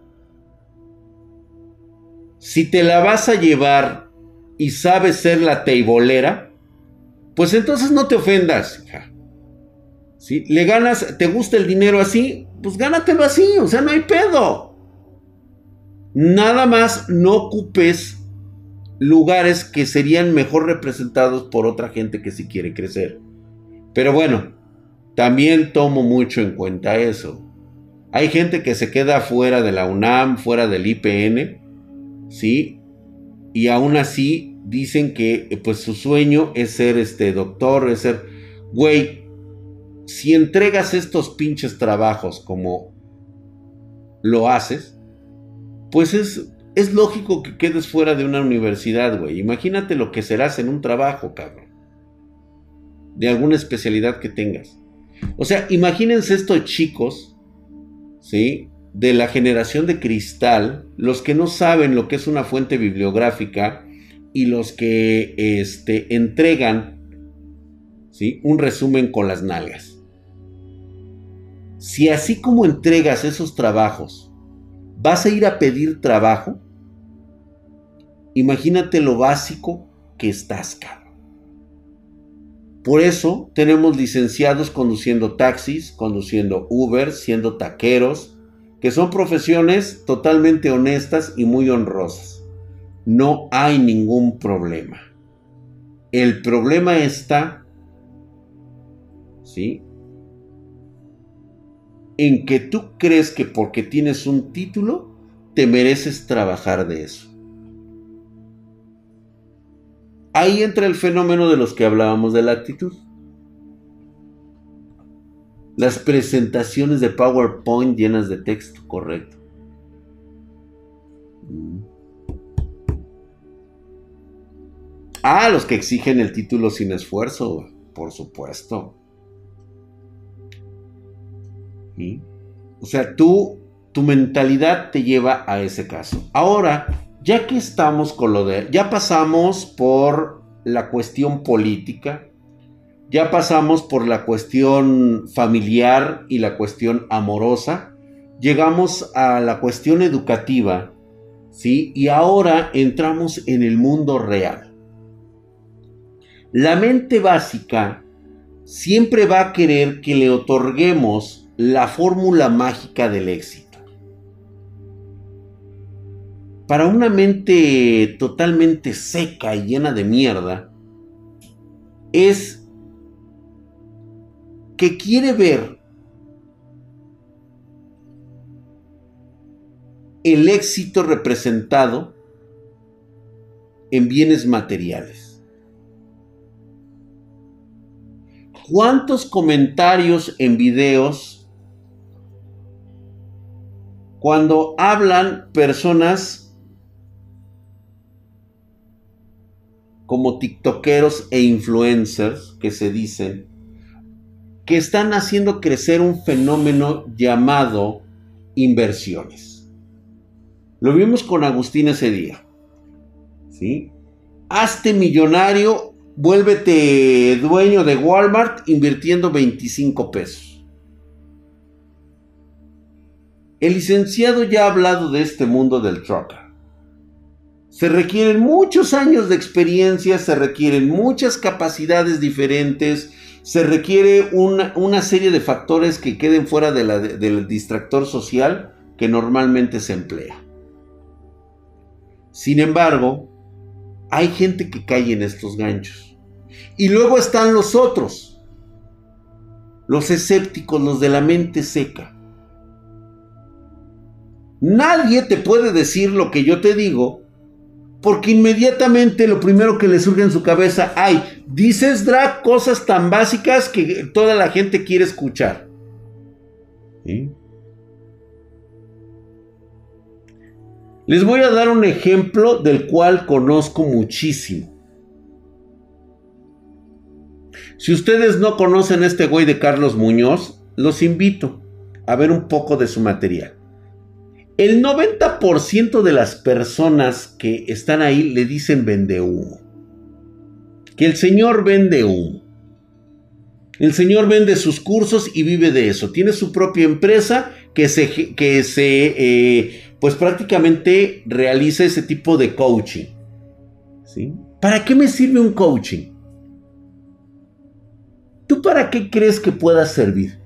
Si te la vas a llevar y sabes ser la teibolera, pues entonces no te ofendas, hija. ¿Sí? Le ganas, ¿te gusta el dinero así? Pues gánatelo así, o sea, no hay pedo. Nada más no ocupes lugares que serían mejor representados por otra gente que sí quiere crecer. Pero bueno, también tomo mucho en cuenta eso. Hay gente que se queda fuera de la UNAM, fuera del IPN, ¿sí? Y aún así dicen que pues su sueño es ser doctor, es ser... Güey, si entregas estos pinches trabajos como lo haces, pues es lógico que quedes fuera de una universidad, güey. Imagínate lo que serás en un trabajo, cabrón, de alguna especialidad que tengas. O sea, imagínense estos chicos, ¿sí? de la generación de cristal, los que no saben lo que es una fuente bibliográfica y los que entregan, ¿sí?, un resumen con las nalgas. Si así como entregas esos trabajos, vas a ir a pedir trabajo, imagínate lo básico que estás, cabrón. Por eso tenemos licenciados conduciendo taxis, conduciendo Uber, siendo taqueros, que son profesiones totalmente honestas y muy honrosas. No hay ningún problema. El problema está, ¿sí?, en que tú crees que porque tienes un título, te mereces trabajar de eso. Ahí entra el fenómeno de los que hablábamos de la actitud. Las presentaciones de PowerPoint llenas de texto, correcto. Ah, los que exigen el título sin esfuerzo, por supuesto. ¿Sí? O sea, tu mentalidad te lleva a ese caso. Ahora, ya que estamos con lo de... Ya pasamos por la cuestión política, ya pasamos por la cuestión familiar y la cuestión amorosa, llegamos a la cuestión educativa, ¿sí? Y ahora entramos en el mundo real. La mente básica siempre va a querer que le otorguemos la fórmula mágica del éxito. Para una mente totalmente seca y llena de mierda, es que quiere ver el éxito representado en bienes materiales. ¿Cuántos comentarios en videos cuando hablan personas como tiktokeros e influencers que se dicen que están haciendo crecer un fenómeno llamado inversiones? Lo vimos con Agustín ese día, ¿sí? Hazte millonario, vuélvete dueño de Walmart invirtiendo 25 pesos. El licenciado ya ha hablado de este mundo del trucker. Se requieren muchos años de experiencia, se requieren muchas capacidades diferentes, se requiere una serie de factores que queden fuera del distractor social que normalmente se emplea. Sin embargo, hay gente que cae en estos ganchos. Y luego están los otros, los escépticos, los de la mente seca. Nadie te puede decir lo que yo te digo, porque inmediatamente lo primero que le surge en su cabeza, dices, Drag, cosas tan básicas que toda la gente quiere escuchar. ¿Sí? Les voy a dar un ejemplo del cual conozco muchísimo. Si ustedes no conocen a este güey de Carlos Muñoz, los invito a ver un poco de su material. El 90% de las personas que están ahí le dicen vende humo. Que el señor vende humo. El señor vende sus cursos y vive de eso. Tiene su propia empresa pues prácticamente realiza ese tipo de coaching. ¿Sí? ¿Para qué me sirve un coaching? ¿Tú para qué crees que pueda servir?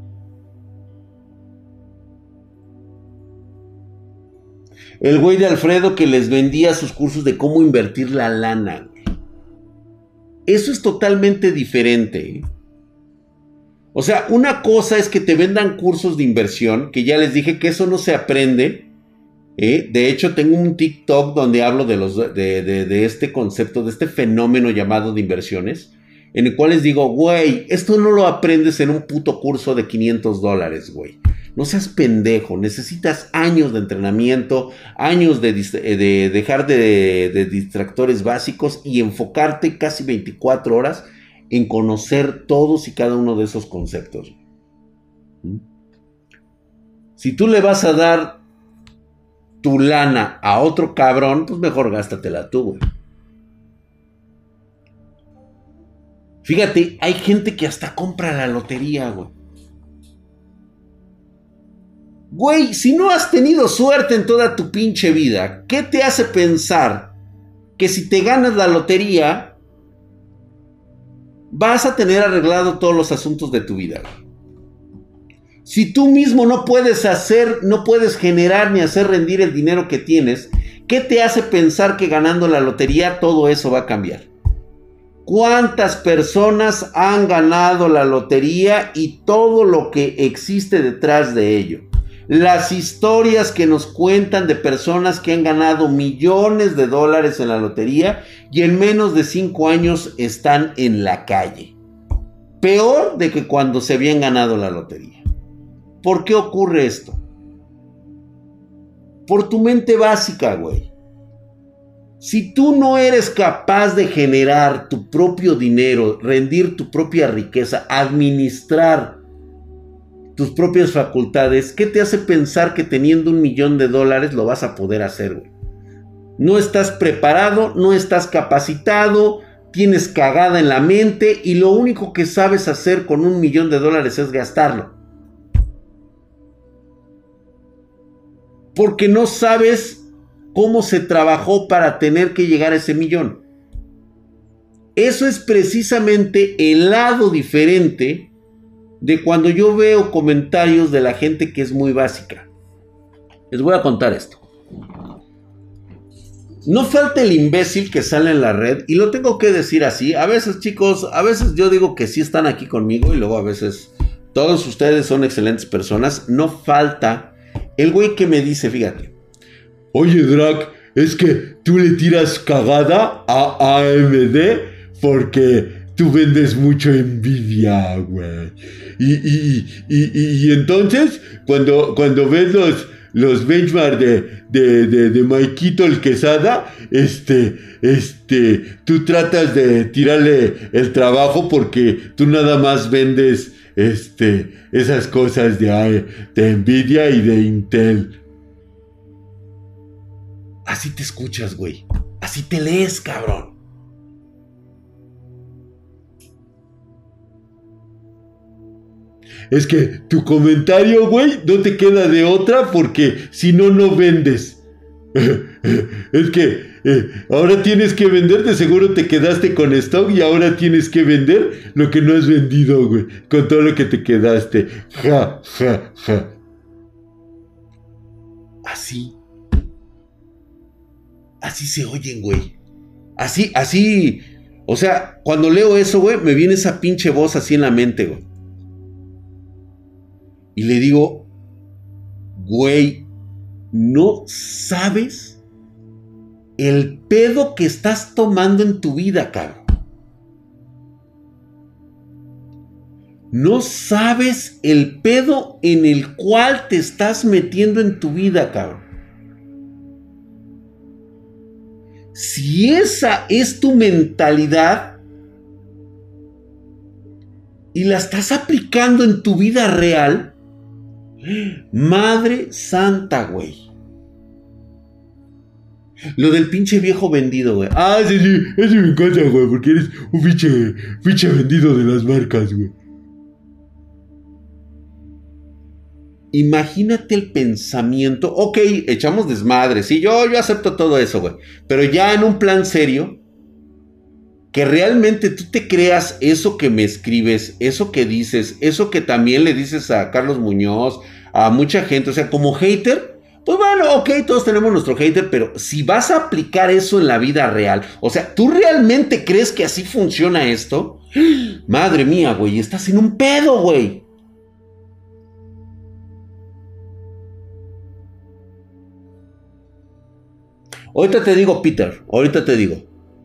El güey de Alfredo que les vendía sus cursos de cómo invertir la lana. Eso es totalmente diferente. O sea, una cosa es que te vendan cursos de inversión, que ya les dije que eso no se aprende. De hecho, tengo un TikTok donde hablo de este concepto, de este fenómeno llamado de inversiones, en el cual les digo, güey, esto no lo aprendes en un puto curso de $500, güey. No seas pendejo, necesitas años de entrenamiento, años de dejar de distractores básicos y enfocarte casi 24 horas en conocer todos y cada uno de esos conceptos. Si tú le vas a dar tu lana a otro cabrón, pues mejor gástatela tú, güey. Fíjate, hay gente que hasta compra la lotería, güey. Güey, si no has tenido suerte en toda tu pinche vida, ¿qué te hace pensar que si te ganas la lotería vas a tener arreglado todos los asuntos de tu vida? Si tú mismo no puedes hacer, no puedes generar ni hacer rendir el dinero que tienes, ¿qué te hace pensar que ganando la lotería todo eso va a cambiar? ¿Cuántas personas han ganado la lotería y todo lo que existe detrás de ello? Las historias que nos cuentan de personas que han ganado millones de dólares en la lotería y en menos de 5 años están en la calle. Peor de que cuando se habían ganado la lotería. ¿Por qué ocurre esto? Por tu mente básica, güey. Si tú no eres capaz de generar tu propio dinero, rendir tu propia riqueza, administrar tus propias facultades, ¿qué te hace pensar que teniendo $1 millón lo vas a poder hacer, güey? No estás preparado, no estás capacitado, tienes cagada en la mente y lo único que sabes hacer con $1 millón es gastarlo. Porque no sabes cómo se trabajó para tener que llegar a ese millón. Eso es precisamente el lado diferente de cuando yo veo comentarios de la gente que es muy básica. Les voy a contar esto. No falta el imbécil que sale en la red, y lo tengo que decir así. A veces, chicos, a veces yo digo que sí están aquí conmigo y luego a veces todos ustedes son excelentes personas. No falta el güey que me dice, fíjate, oye Drac, es que tú le tiras cagada a AMD porque tú vendes mucho Nvidia, güey. Y entonces, cuando ves los benchmarks de Maikito el Quesada, tú tratas de tirarle el trabajo porque tú nada más vendes esas cosas de Nvidia y de Intel. Así te escuchas, güey. Así te lees, cabrón. Es que tu comentario, güey, no te queda de otra porque si no, no vendes. Es que ahora tienes que vender, de seguro te quedaste con stock y ahora tienes que vender lo que no has vendido, güey, con todo lo que te quedaste. Ja, ja, ja. Así se oyen, güey. Así. O sea, cuando leo eso, güey, me viene esa pinche voz así en la mente, güey. Y le digo, güey, ¿no sabes el pedo que estás tomando en tu vida, cabrón? No sabes el pedo en el cual te estás metiendo en tu vida, cabrón. Si esa es tu mentalidad y la estás aplicando en tu vida real, madre santa, güey. Lo del pinche viejo vendido, güey. Ah, sí, eso me encanta, güey, porque eres un pinche vendido de las marcas, güey. Imagínate el pensamiento. Ok, echamos desmadre, sí, yo acepto todo eso, güey. Pero ya en un plan serio, que realmente tú te creas eso que me escribes, eso que dices, eso que también le dices a Carlos Muñoz, a mucha gente, o sea, como hater, pues bueno, ok, todos tenemos nuestro hater, pero si vas a aplicar eso en la vida real, o sea, ¿tú realmente crees que así funciona esto? Madre mía, güey, estás en un pedo, güey. Ahorita te digo, Peter, ahorita te digo.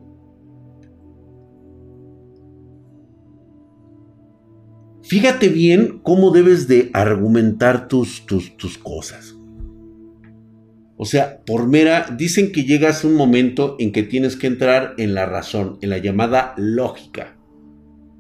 Fíjate bien cómo debes de argumentar tus cosas. O sea, dicen que llegas a un momento en que tienes que entrar en la razón, en la llamada lógica.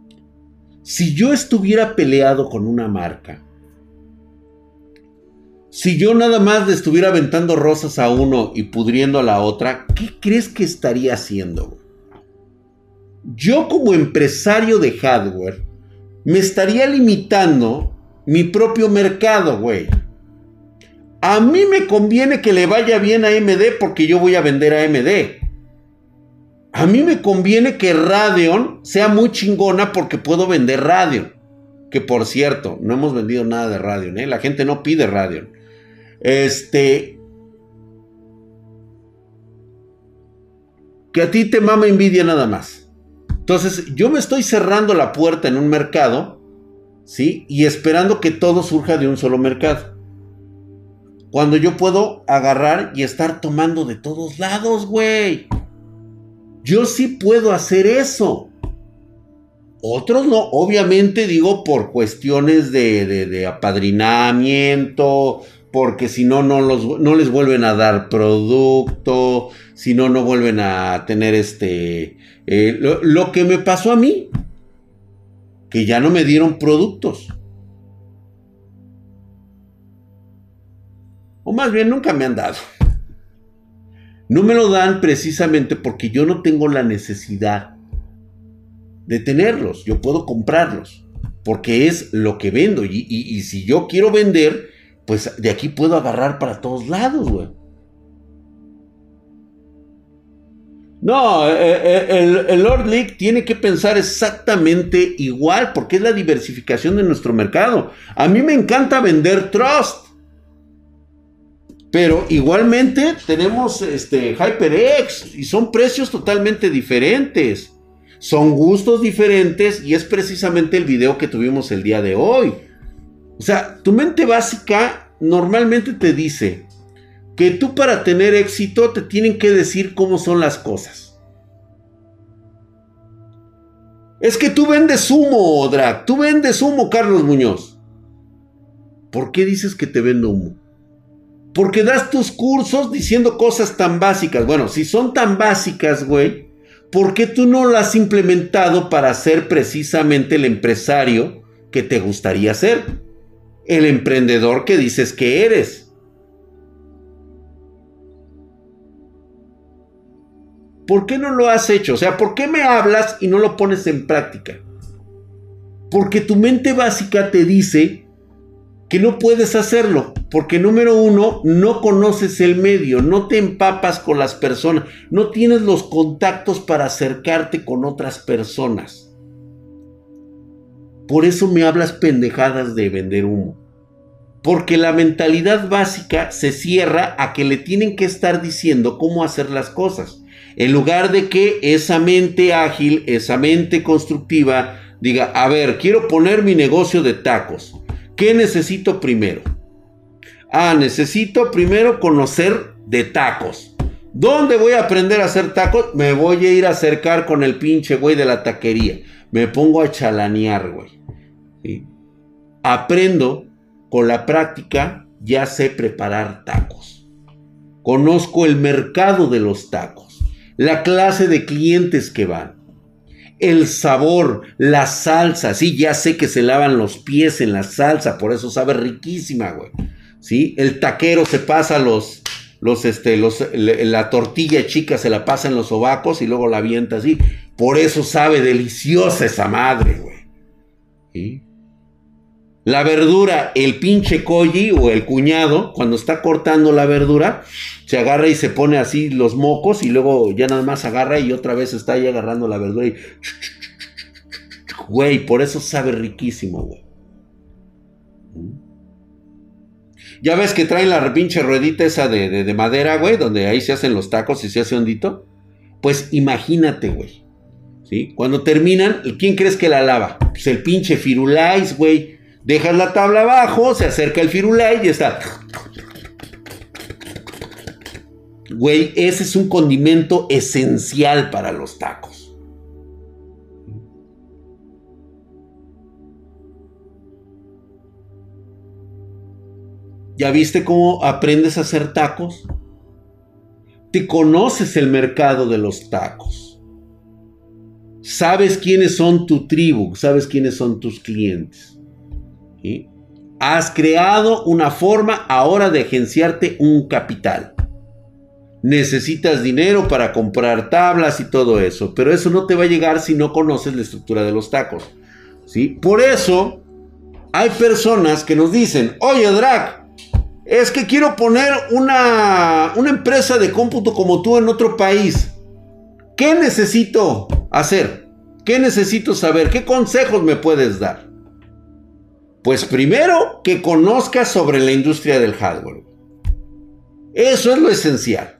Si yo estuviera peleado con una marca, Si yo nada más le estuviera aventando rosas a uno y pudriendo a la otra, ¿qué crees que estaría haciendo, güey? Yo como empresario de hardware me estaría limitando mi propio mercado, güey. A mí me conviene que le vaya bien a AMD porque yo voy a vender a AMD. A mí me conviene que Radeon sea muy chingona porque puedo vender Radeon. Que por cierto, no hemos vendido nada de Radeon, ¿eh? La gente no pide Radeon. Que a ti te mama Nvidia nada más. Entonces, yo me estoy cerrando la puerta en un mercado, ¿sí? Y esperando que todo surja de un solo mercado. Cuando yo puedo agarrar y estar tomando de todos lados, güey. Yo sí puedo hacer eso. Otros no, obviamente digo por cuestiones de apadrinamiento, porque si no, no les vuelven a dar producto, si no, no vuelven a tener lo que me pasó a mí, que ya no me dieron productos. O más bien nunca me han dado. No me lo dan precisamente porque yo no tengo la necesidad de tenerlos. Yo puedo comprarlos porque es lo que vendo. Y si yo quiero vender, pues de aquí puedo agarrar para todos lados, güey. No, el Lord League tiene que pensar exactamente igual porque es la diversificación de nuestro mercado. A mí me encanta vender Trust. Pero igualmente tenemos HyperX y son precios totalmente diferentes. Son gustos diferentes y es precisamente el video que tuvimos el día de hoy. O sea, tu mente básica normalmente te dice que tú para tener éxito te tienen que decir cómo son las cosas. Es que tú vendes humo, Drag. Tú vendes humo, Carlos Muñoz. ¿Por qué dices que te vendo humo? Porque das tus cursos diciendo cosas tan básicas. Bueno, si son tan básicas, güey, ¿por qué tú no las has implementado para ser precisamente el empresario que te gustaría ser? El emprendedor que dices que eres. ¿Por qué no lo has hecho? O sea, ¿por qué me hablas y no lo pones en práctica? Porque tu mente básica te dice que no puedes hacerlo, porque número uno, no conoces el medio, no te empapas con las personas, no tienes los contactos para acercarte con otras personas. Por eso me hablas pendejadas de vender humo. Porque la mentalidad básica se cierra a que le tienen que estar diciendo cómo hacer las cosas. En lugar de que esa mente ágil, esa mente constructiva, diga, a ver, quiero poner mi negocio de tacos. ¿Qué necesito primero? Necesito primero conocer de tacos. ¿Dónde voy a aprender a hacer tacos? Me voy a ir a acercar con el pinche güey de la taquería. Me pongo a chalanear, güey. ¿Sí? Aprendo con la práctica, ya sé preparar tacos. Conozco el mercado de los tacos. La clase de clientes que van. El sabor, la salsa, sí, ya sé que se lavan los pies en la salsa, por eso sabe riquísima, güey. Sí, el taquero se pasa la tortilla chica se la pasa en los sobacos y luego la avienta así, por eso sabe deliciosa esa madre, güey. ¿Sí? La verdura, el pinche Koji o el cuñado, cuando está cortando la verdura, se agarra y se pone así los mocos y luego ya nada más agarra y otra vez está ahí agarrando la verdura y... Güey, por eso sabe riquísimo, güey. Ya ves que traen la pinche ruedita esa de madera, güey, donde ahí se hacen los tacos y se hace hondito. Pues imagínate, güey. ¿Sí? Cuando terminan, ¿quién crees que la lava? Pues el pinche Firulais, güey. Dejas la tabla abajo, se acerca el Firulais y está. Güey, ese es un condimento esencial para los tacos. ¿Ya viste cómo aprendes a hacer tacos? Te conoces el mercado de los tacos. Sabes quiénes son tu tribu, sabes quiénes son tus clientes. ¿Sí? Has creado una forma ahora de agenciarte un capital. Necesitas dinero para comprar tablas y todo eso, pero eso no te va a llegar si no conoces la estructura de los tacos, ¿sí? Por eso hay personas que nos dicen, oye Drag, es que quiero poner una empresa de cómputo como tú en otro país. ¿Qué necesito hacer? ¿Qué necesito saber? ¿Qué consejos me puedes dar? Pues primero, que conozcas sobre la industria del hardware. Eso es lo esencial.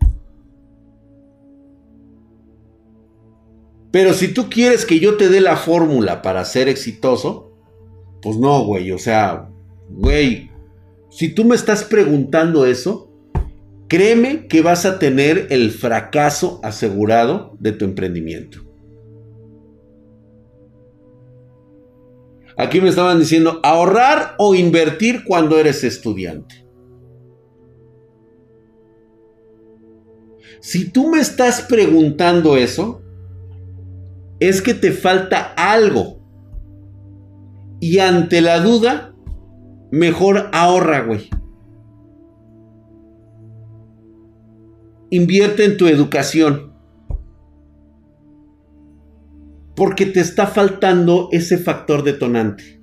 Pero si tú quieres que yo te dé la fórmula para ser exitoso, pues no, güey. O sea, güey, si tú me estás preguntando eso, créeme que vas a tener el fracaso asegurado de tu emprendimiento. Aquí me estaban diciendo, ahorrar o invertir cuando eres estudiante. Si tú me estás preguntando eso, es que te falta algo. Y ante la duda, mejor ahorra, güey. Invierte en tu educación. Porque te está faltando ese factor detonante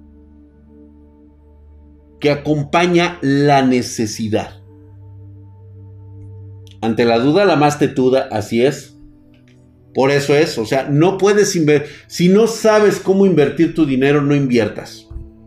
que acompaña la necesidad. Ante la duda, la más tetuda, así es. Por eso es, o sea, no puedes invertir. Si no sabes cómo invertir tu dinero, no inviertas.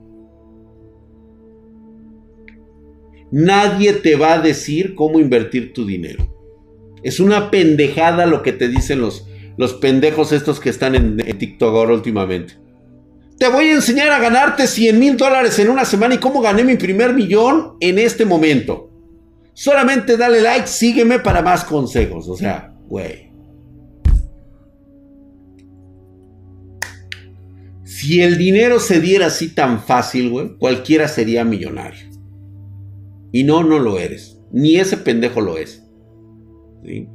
Nadie te va a decir cómo invertir tu dinero. Es una pendejada lo que te dicen los pendejos estos que están en TikTok ahora últimamente. Te voy a enseñar a ganarte $100,000 en una semana y cómo gané mi primer millón en este momento. Solamente dale like, sígueme para más consejos. O sea, güey. Si el dinero se diera así tan fácil, güey, cualquiera sería millonario. Y no lo eres. Ni ese pendejo lo es. ¿Sí?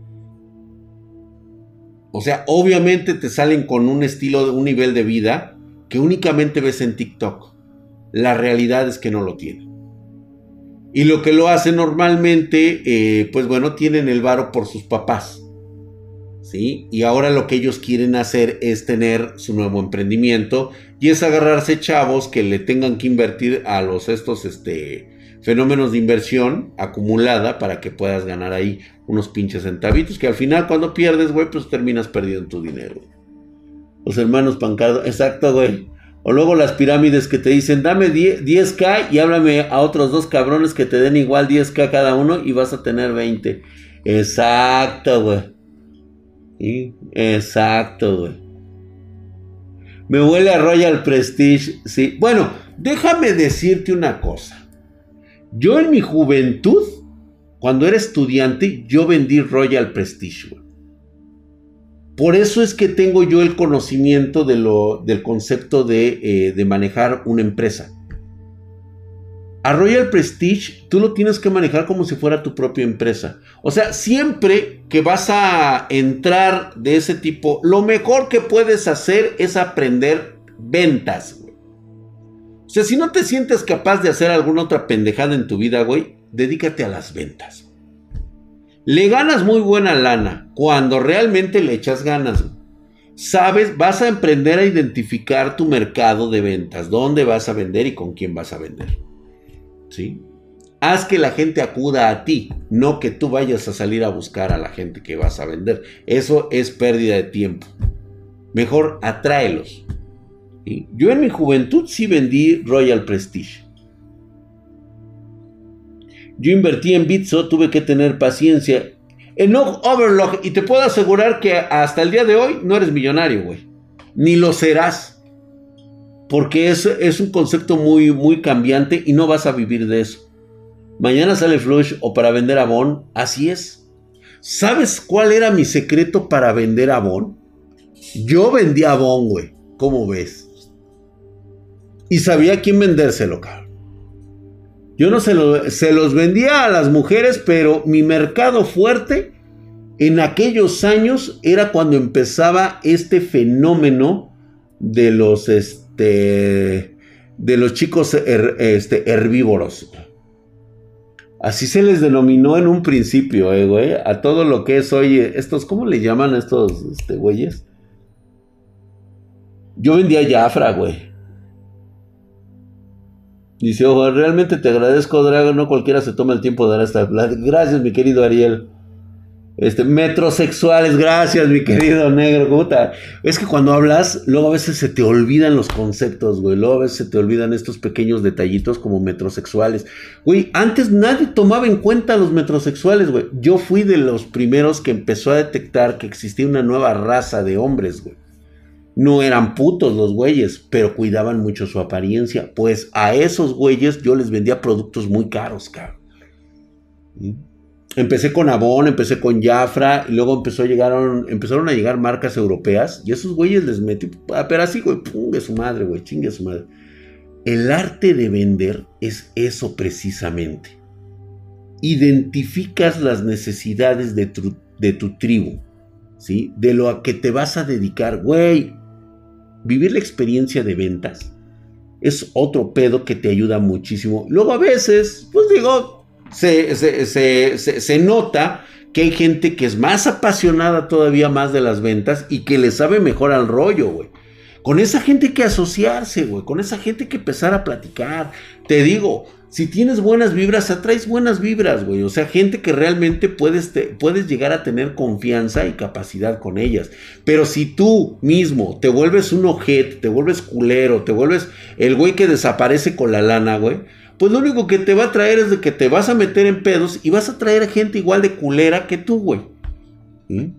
O sea, obviamente te salen con un estilo, un nivel de vida que únicamente ves en TikTok. La realidad es que no lo tienen. Y lo que lo hacen normalmente, pues bueno, tienen el varo por sus papás. ¿Sí? Y ahora lo que ellos quieren hacer es tener su nuevo emprendimiento y es agarrarse chavos que le tengan que invertir a estos fenómenos de inversión acumulada para que puedas ganar ahí unos pinches centavitos que al final cuando pierdes, güey, pues terminas perdiendo tu dinero. Los hermanos Pancardo, exacto, güey. O luego las pirámides que te dicen, dame 10K y háblame a otros dos cabrones que te den igual 10K cada uno y vas a tener 20. Exacto, güey. ¿Sí? Exacto, güey. Me huele a Royal Prestige, sí. Bueno, déjame decirte una cosa. Yo en mi juventud, cuando era estudiante, yo vendí Royal Prestige, güey. Por eso es que tengo yo el conocimiento del concepto de manejar una empresa. A Royal Prestige tú lo tienes que manejar como si fuera tu propia empresa. O sea, siempre que vas a entrar de ese tipo, lo mejor que puedes hacer es aprender ventas, güey. O sea, si no te sientes capaz de hacer alguna otra pendejada en tu vida, güey, dedícate a las ventas. Le ganas muy buena lana cuando realmente le echas ganas, güey. Sabes, vas a aprender a identificar tu mercado de ventas, dónde vas a vender y con quién vas a vender. ¿Sí? Haz que la gente acuda a ti, no que tú vayas a salir a buscar a la gente que vas a vender. Eso es pérdida de tiempo. Mejor atráelos. ¿Sí? Yo en mi juventud sí vendí Royal Prestige. Yo invertí en Bitso, tuve que tener paciencia. En Overlock, y te puedo asegurar que hasta el día de hoy no eres millonario, güey. Ni lo serás. Porque es un concepto muy, muy cambiante y no vas a vivir de eso. Mañana sale Flush o para vender Avon. Así es. ¿Sabes cuál era mi secreto para vender Avon? Yo vendía Avon, güey. ¿Cómo ves? Y sabía a quién vendérselo, cabrón. Yo no se los vendía a las mujeres, pero mi mercado fuerte en aquellos años era cuando empezaba este fenómeno de los de los chicos herbívoros. Así se les denominó en un principio, güey. A todo lo que es hoy, estos, ¿cómo le llaman a estos güeyes? Yo vendía Jafra, güey. Dice, ojo, realmente te agradezco, Drago. No cualquiera se toma el tiempo de dar esta plática. Gracias, mi querido Ariel. Metrosexuales, gracias, mi querido negro. ¿Cómo está? Es que cuando hablas, luego a veces se te olvidan los conceptos, güey. Luego a veces se te olvidan estos pequeños detallitos como metrosexuales. Güey, antes nadie tomaba en cuenta a los metrosexuales, güey. Yo fui de los primeros que empezó a detectar que existía una nueva raza de hombres, güey. No eran putos los güeyes, pero cuidaban mucho su apariencia. Pues a esos güeyes yo les vendía productos muy caros, cabrón. ¿Sí? Empecé con Avon, empecé con Jafra, y luego empezaron a llegar marcas europeas, y esos güeyes les metí, pero así, güey, chingue su madre, güey, chingue su madre. El arte de vender es eso precisamente. Identificas las necesidades de tu tribu, ¿sí? De lo a que te vas a dedicar, güey. Vivir la experiencia de ventas es otro pedo que te ayuda muchísimo. Luego a veces, pues digo, se nota que hay gente que es más apasionada todavía más de las ventas y que le sabe mejor al rollo, güey. Con esa gente hay que asociarse, güey. Con esa gente hay que empezar a platicar. Te digo, si tienes buenas vibras, atraes buenas vibras, güey. O sea, gente que realmente puedes llegar a tener confianza y capacidad con ellas. Pero si tú mismo te vuelves un ojete, te vuelves culero, te vuelves el güey que desaparece con la lana, güey, pues lo único que te va a traer es de que te vas a meter en pedos y vas a traer a gente igual de culera que tú, güey. ¿Mm?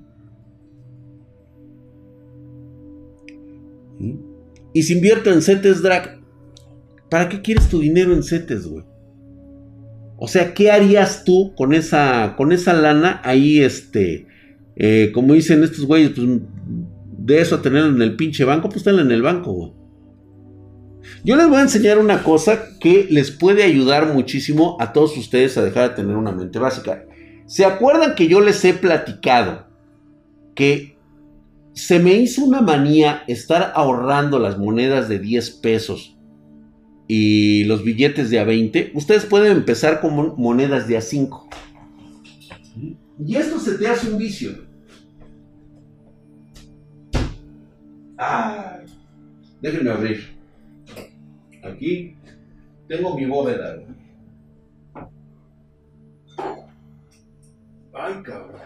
Y si invierto en CETES, Drag, ¿para qué quieres tu dinero en CETES, güey? O sea, ¿qué harías tú con esa lana ahí, como dicen estos güeyes, pues de eso a tenerlo en el pinche banco, pues tenlo en el banco, güey. Yo les voy a enseñar una cosa que les puede ayudar muchísimo a todos ustedes a dejar de tener una mente básica. ¿Se acuerdan que yo les he platicado que se me hizo una manía estar ahorrando las monedas de 10 pesos y los billetes de a 20? Ustedes pueden empezar con monedas de a 5. Y esto se te hace un vicio. Ay, déjenme abrir. Aquí tengo mi bóveda. Ay, cabrón.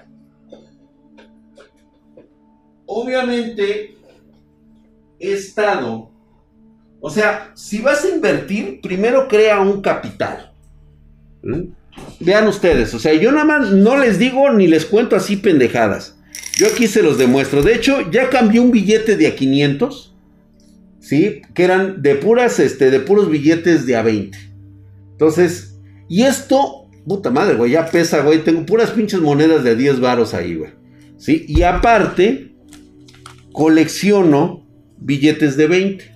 Obviamente he estado, o sea, si vas a invertir, primero crea un capital. Vean ustedes, o sea, yo nada más no les digo ni les cuento así pendejadas. Yo aquí se los demuestro. De hecho, ya cambié un billete de a 500. ¿Sí? Que eran de puros billetes de a 20. Entonces, y esto, puta madre, güey, ya pesa, güey. Tengo puras pinches monedas de a 10 varos ahí, güey. ¿Sí? Y aparte, colecciono billetes de 20.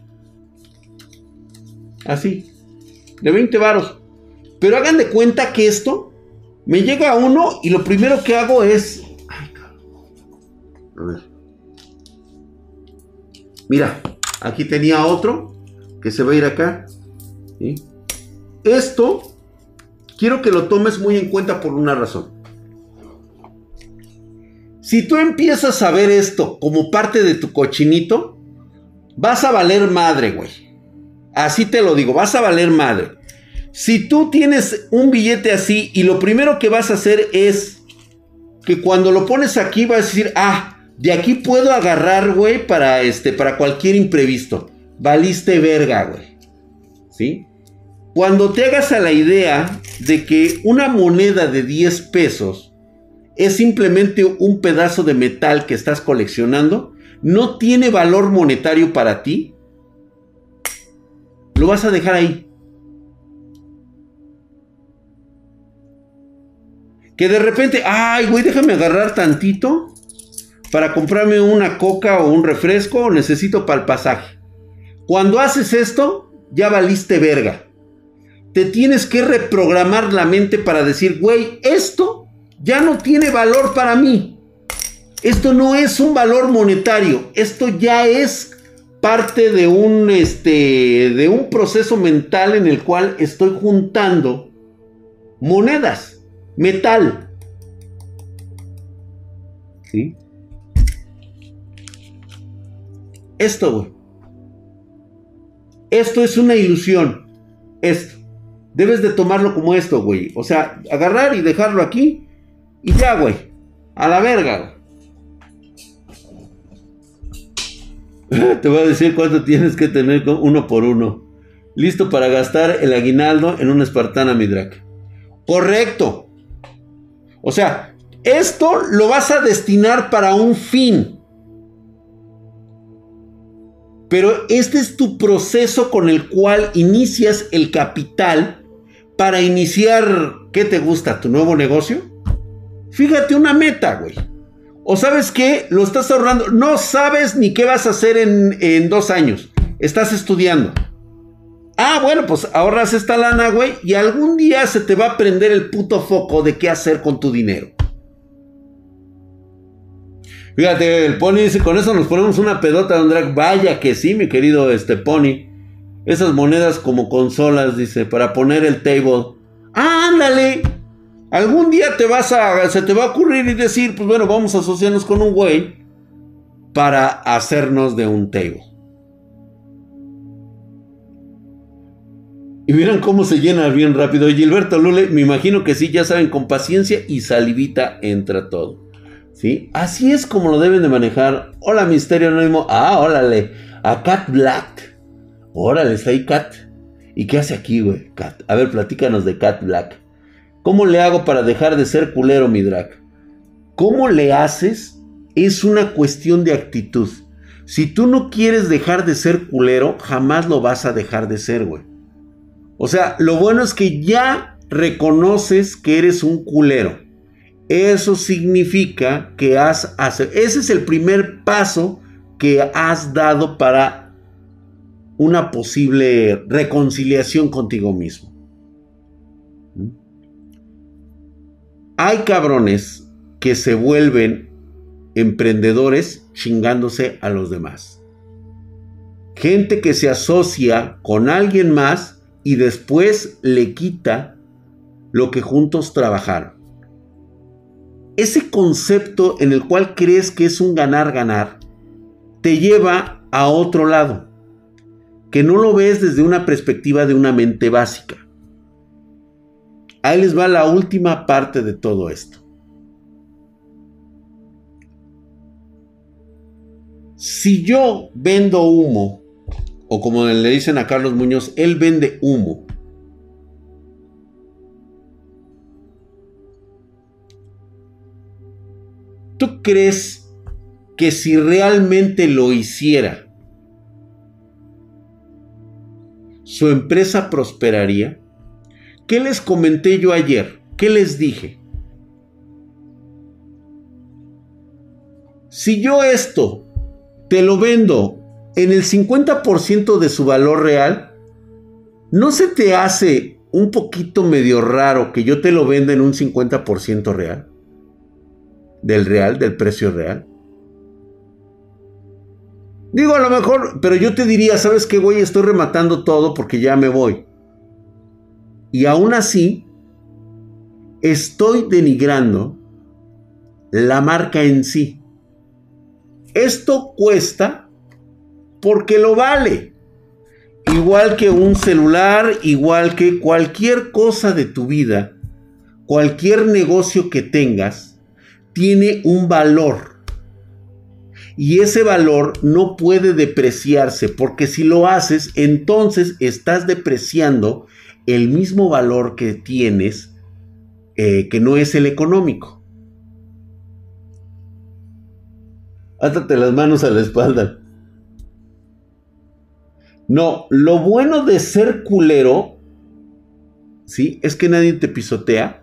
Así, de 20 varos. Pero hagan de cuenta que esto me llega a uno y lo primero que hago es... Ay, cabrón. A ver. Mira. Aquí tenía otro que se va a ir acá. ¿Sí? Esto quiero que lo tomes muy en cuenta por una razón. Si tú empiezas a ver esto como parte de tu cochinito, vas a valer madre, güey. Así te lo digo, vas a valer madre. Si tú tienes un billete así y lo primero que vas a hacer es que cuando lo pones aquí vas a decir, de aquí puedo agarrar, güey, para cualquier imprevisto. Valiste verga, güey. ¿Sí? Cuando te hagas a la idea de que una moneda de 10 pesos es simplemente un pedazo de metal que estás coleccionando, no tiene valor monetario para ti, lo vas a dejar ahí. Que de repente, güey, déjame agarrar tantito para comprarme una coca o un refresco, o necesito para el pasaje. Cuando haces esto, ya valiste verga. Te tienes que reprogramar la mente para decir, güey, esto ya no tiene valor para mí. Esto no es un valor monetario. Esto ya es parte de de un proceso mental en el cual estoy juntando monedas, metal. ¿Sí? Esto, güey. Esto es una ilusión. Esto. Debes de tomarlo como esto, güey. O sea, agarrar y dejarlo aquí. Y ya, güey. A la verga. Te voy a decir cuánto tienes que tener uno por uno. Listo para gastar el aguinaldo en una espartana, mi Drac. Correcto. O sea, esto lo vas a destinar para un fin. Pero este es tu proceso con el cual inicias el capital para iniciar, ¿qué te gusta? ¿Tu nuevo negocio? Fíjate una meta, güey. O sabes qué, lo estás ahorrando. No sabes ni qué vas a hacer en 2 años. Estás estudiando. Ah, bueno, pues ahorras esta lana, güey. Y algún día se te va a prender el puto foco de qué hacer con tu dinero. Fíjate, el Pony dice, con eso nos ponemos una pedota, Don Drag. Vaya que sí, mi querido Pony. Esas monedas como consolas, dice, para poner el table. ¡Ah, ándale! Algún día se te va a ocurrir y decir, pues bueno, vamos a asociarnos con un güey para hacernos de un table. Y miren cómo se llena bien rápido. Gilberto Lule, me imagino que sí, ya saben, con paciencia y salivita entra todo. ¿Sí? Así es como lo deben de manejar. Hola, Misterio Anónimo. Ah, órale. A Cat Black. Órale, está ahí Cat. ¿Y qué hace aquí, güey? Cat. A ver, platícanos de Cat Black. ¿Cómo le hago para dejar de ser culero, mi Drac? ¿Cómo le haces? Es una cuestión de actitud. Si tú no quieres dejar de ser culero, jamás lo vas a dejar de ser, güey. O sea, lo bueno es que ya reconoces que eres un culero. Eso significa que ese es el primer paso que has dado para una posible reconciliación contigo mismo. Hay cabrones que se vuelven emprendedores chingándose a los demás. Gente que se asocia con alguien más y después le quita lo que juntos trabajaron. Ese concepto en el cual crees que es un ganar-ganar te lleva a otro lado, que no lo ves desde una perspectiva de una mente básica. Ahí les va la última parte de todo esto. Si yo vendo humo, o como le dicen a Carlos Muñoz, él vende humo. ¿Tú crees que si realmente lo hiciera, su empresa prosperaría? ¿Qué les comenté yo ayer? ¿Qué les dije? Si yo esto te lo vendo en el 50% de su valor real, ¿no se te hace un poquito medio raro que yo te lo venda en un 50% real? Del precio real. Digo, a lo mejor, pero yo te diría, ¿sabes qué, güey? Estoy rematando todo porque ya me voy. Y aún así, estoy denigrando la marca en sí. Esto cuesta porque lo vale. Igual que un celular, igual que cualquier cosa de tu vida, cualquier negocio que tengas, tiene un valor. Y ese valor no puede depreciarse, porque si lo haces, entonces estás depreciando el mismo valor que tienes, que no es el económico. Átate las manos a la espalda. No, lo bueno de ser culero, ¿sí? Es que nadie te pisotea.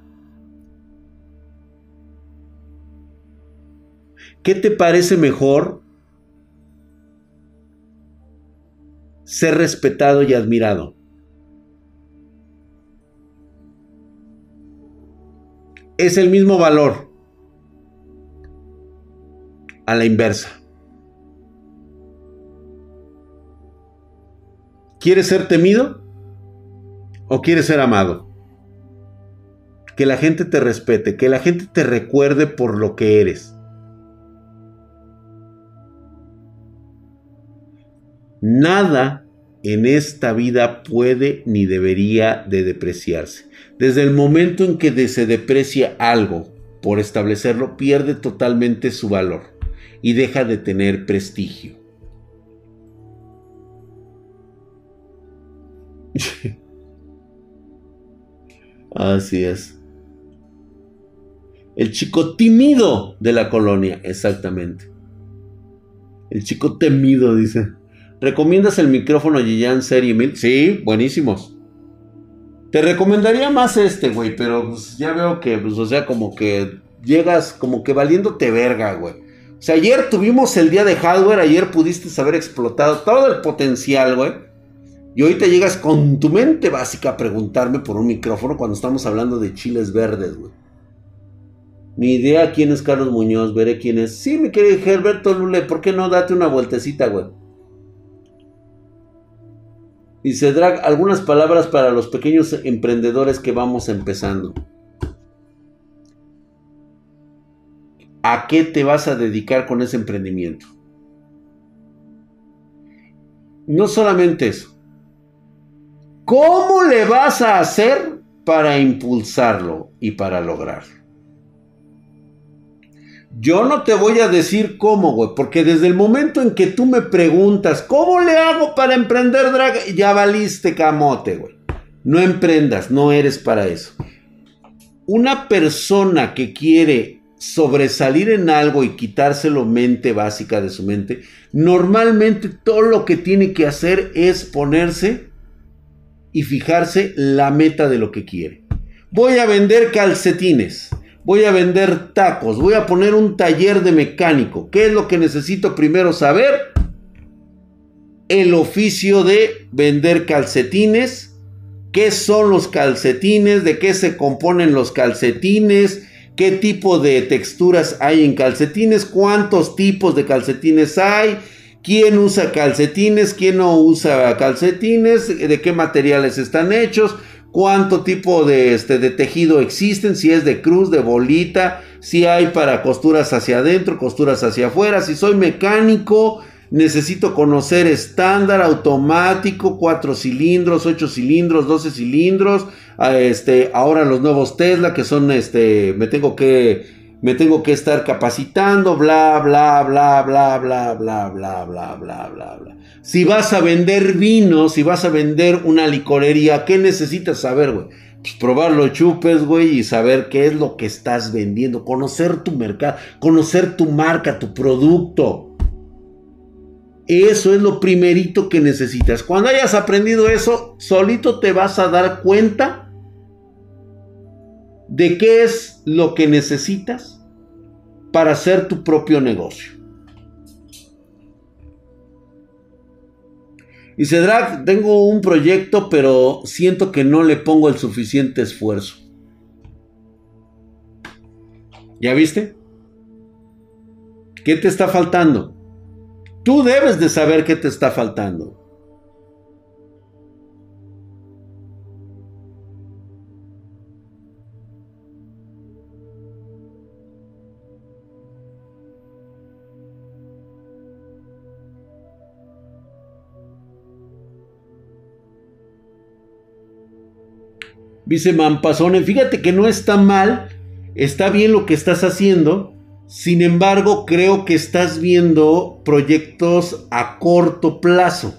¿Qué te parece mejor? Ser respetado y admirado. Es el mismo valor. A la inversa. ¿Quieres ser temido o quieres ser amado? Que la gente te respete, que la gente te recuerde por lo que eres. Nada en esta vida puede ni debería de depreciarse. Desde el momento en que se deprecia algo por establecerlo, pierde totalmente su valor y deja de tener prestigio. Así es. El chico tímido de la colonia, exactamente. El chico temido, dice. ¿Recomiendas el micrófono Yiyan Serie 1000? Sí, buenísimos. Te recomendaría más este, güey, pero pues, ya veo que, pues, o sea, como que llegas como que valiéndote verga, güey. O sea, ayer tuvimos el día de hardware, ayer pudiste haber explotado todo el potencial, güey. Y ahorita llegas con tu mente básica a preguntarme por un micrófono cuando estamos hablando de chiles verdes, güey. Ni idea quién es Carlos Muñoz, veré quién es. Sí, mi querido Gerberto Lule, ¿por qué no date una vueltecita, güey? Dice Drag, algunas palabras para los pequeños emprendedores que vamos empezando. ¿A qué te vas a dedicar con ese emprendimiento? No solamente eso. ¿Cómo le vas a hacer para impulsarlo y para lograrlo? Yo no te voy a decir cómo, güey, porque desde el momento en que tú me preguntas, ¿cómo le hago para emprender, Drag? Ya valiste camote, güey. No emprendas, no eres para eso. Una persona que quiere sobresalir en algo y quitárselo mente básica de su mente, normalmente todo lo que tiene que hacer es ponerse y fijarse la meta de lo que quiere. Voy a vender calcetines. Voy a vender tacos, voy a poner un taller de mecánico. ¿Qué es lo que necesito primero saber? El oficio de vender calcetines. ¿Qué son los calcetines? ¿De qué se componen los calcetines? ¿Qué tipo de texturas hay en calcetines? ¿Cuántos tipos de calcetines hay? ¿Quién usa calcetines? ¿Quién no usa calcetines? ¿De qué materiales están hechos? ¿Cuánto tipo de tejido existen? Si es de cruz, de bolita, si hay para costuras hacia adentro, costuras hacia afuera. Si soy mecánico, necesito conocer estándar, automático, 4 cilindros, 8 cilindros, 12 cilindros. Ahora los nuevos Tesla que son, me tengo que estar capacitando, bla, bla, bla, bla, bla, bla, bla, bla, bla, bla, bla. Si vas a vender vino, si vas a vender una licorería, ¿qué necesitas saber, güey? Pues probar los chupes, güey, y saber qué es lo que estás vendiendo. Conocer tu mercado, conocer tu marca, tu producto. Eso es lo primerito que necesitas. Cuando hayas aprendido eso, solito te vas a dar cuenta de qué es lo que necesitas para hacer tu propio negocio. Dice Drag, tengo un proyecto, pero siento que no le pongo el suficiente esfuerzo. ¿Ya viste? ¿Qué te está faltando? Tú debes de saber qué te está faltando. Dice Mampazone, fíjate que no está mal, está bien lo que estás haciendo, sin embargo creo que estás viendo proyectos a corto plazo.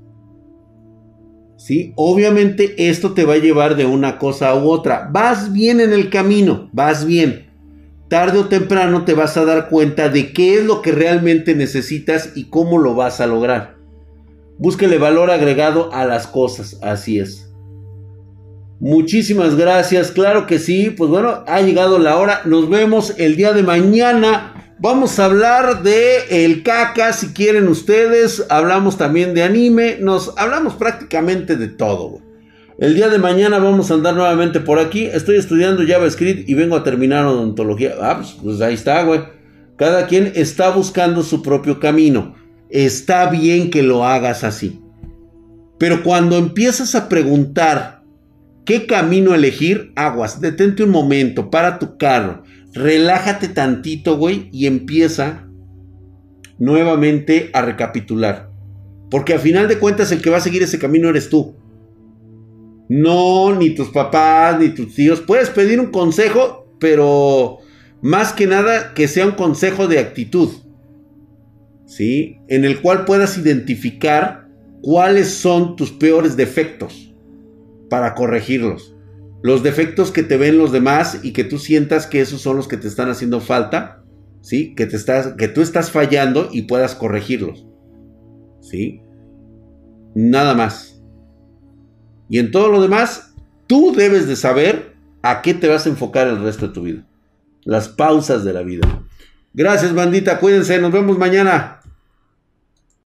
¿Sí? Obviamente esto te va a llevar de una cosa u otra. Vas bien en el camino, vas bien. Tarde o temprano te vas a dar cuenta de qué es lo que realmente necesitas y cómo lo vas a lograr. Búsquele valor agregado a las cosas, así es. Muchísimas gracias, claro que sí. Pues bueno, ha llegado la hora. Nos vemos el día de mañana. Vamos a hablar de el caca, si quieren ustedes. Hablamos también de anime. Hablamos prácticamente de todo. El día de mañana vamos a andar nuevamente por aquí. Estoy estudiando JavaScript y vengo a terminar odontología. Pues ahí está, güey. Cada quien está buscando su propio camino. Está bien que lo hagas así. Pero cuando empiezas a preguntar qué camino elegir, aguas, detente un momento, para tu carro, relájate tantito, güey, y empieza nuevamente a recapitular. Porque a final de cuentas el que va a seguir ese camino eres tú. No, ni tus papás, ni tus tíos. Puedes pedir un consejo, pero más que nada que sea un consejo de actitud, ¿sí? En el cual puedas identificar cuáles son tus peores defectos para corregirlos. Los defectos que te ven los demás y que tú sientas que esos son los que te están haciendo falta, ¿sí? Que tú estás fallando y puedas corregirlos, ¿sí? Nada más. Y en todo lo demás, tú debes de saber a qué te vas a enfocar el resto de tu vida. Las pausas de la vida. Gracias, bandita. Cuídense. Nos vemos mañana.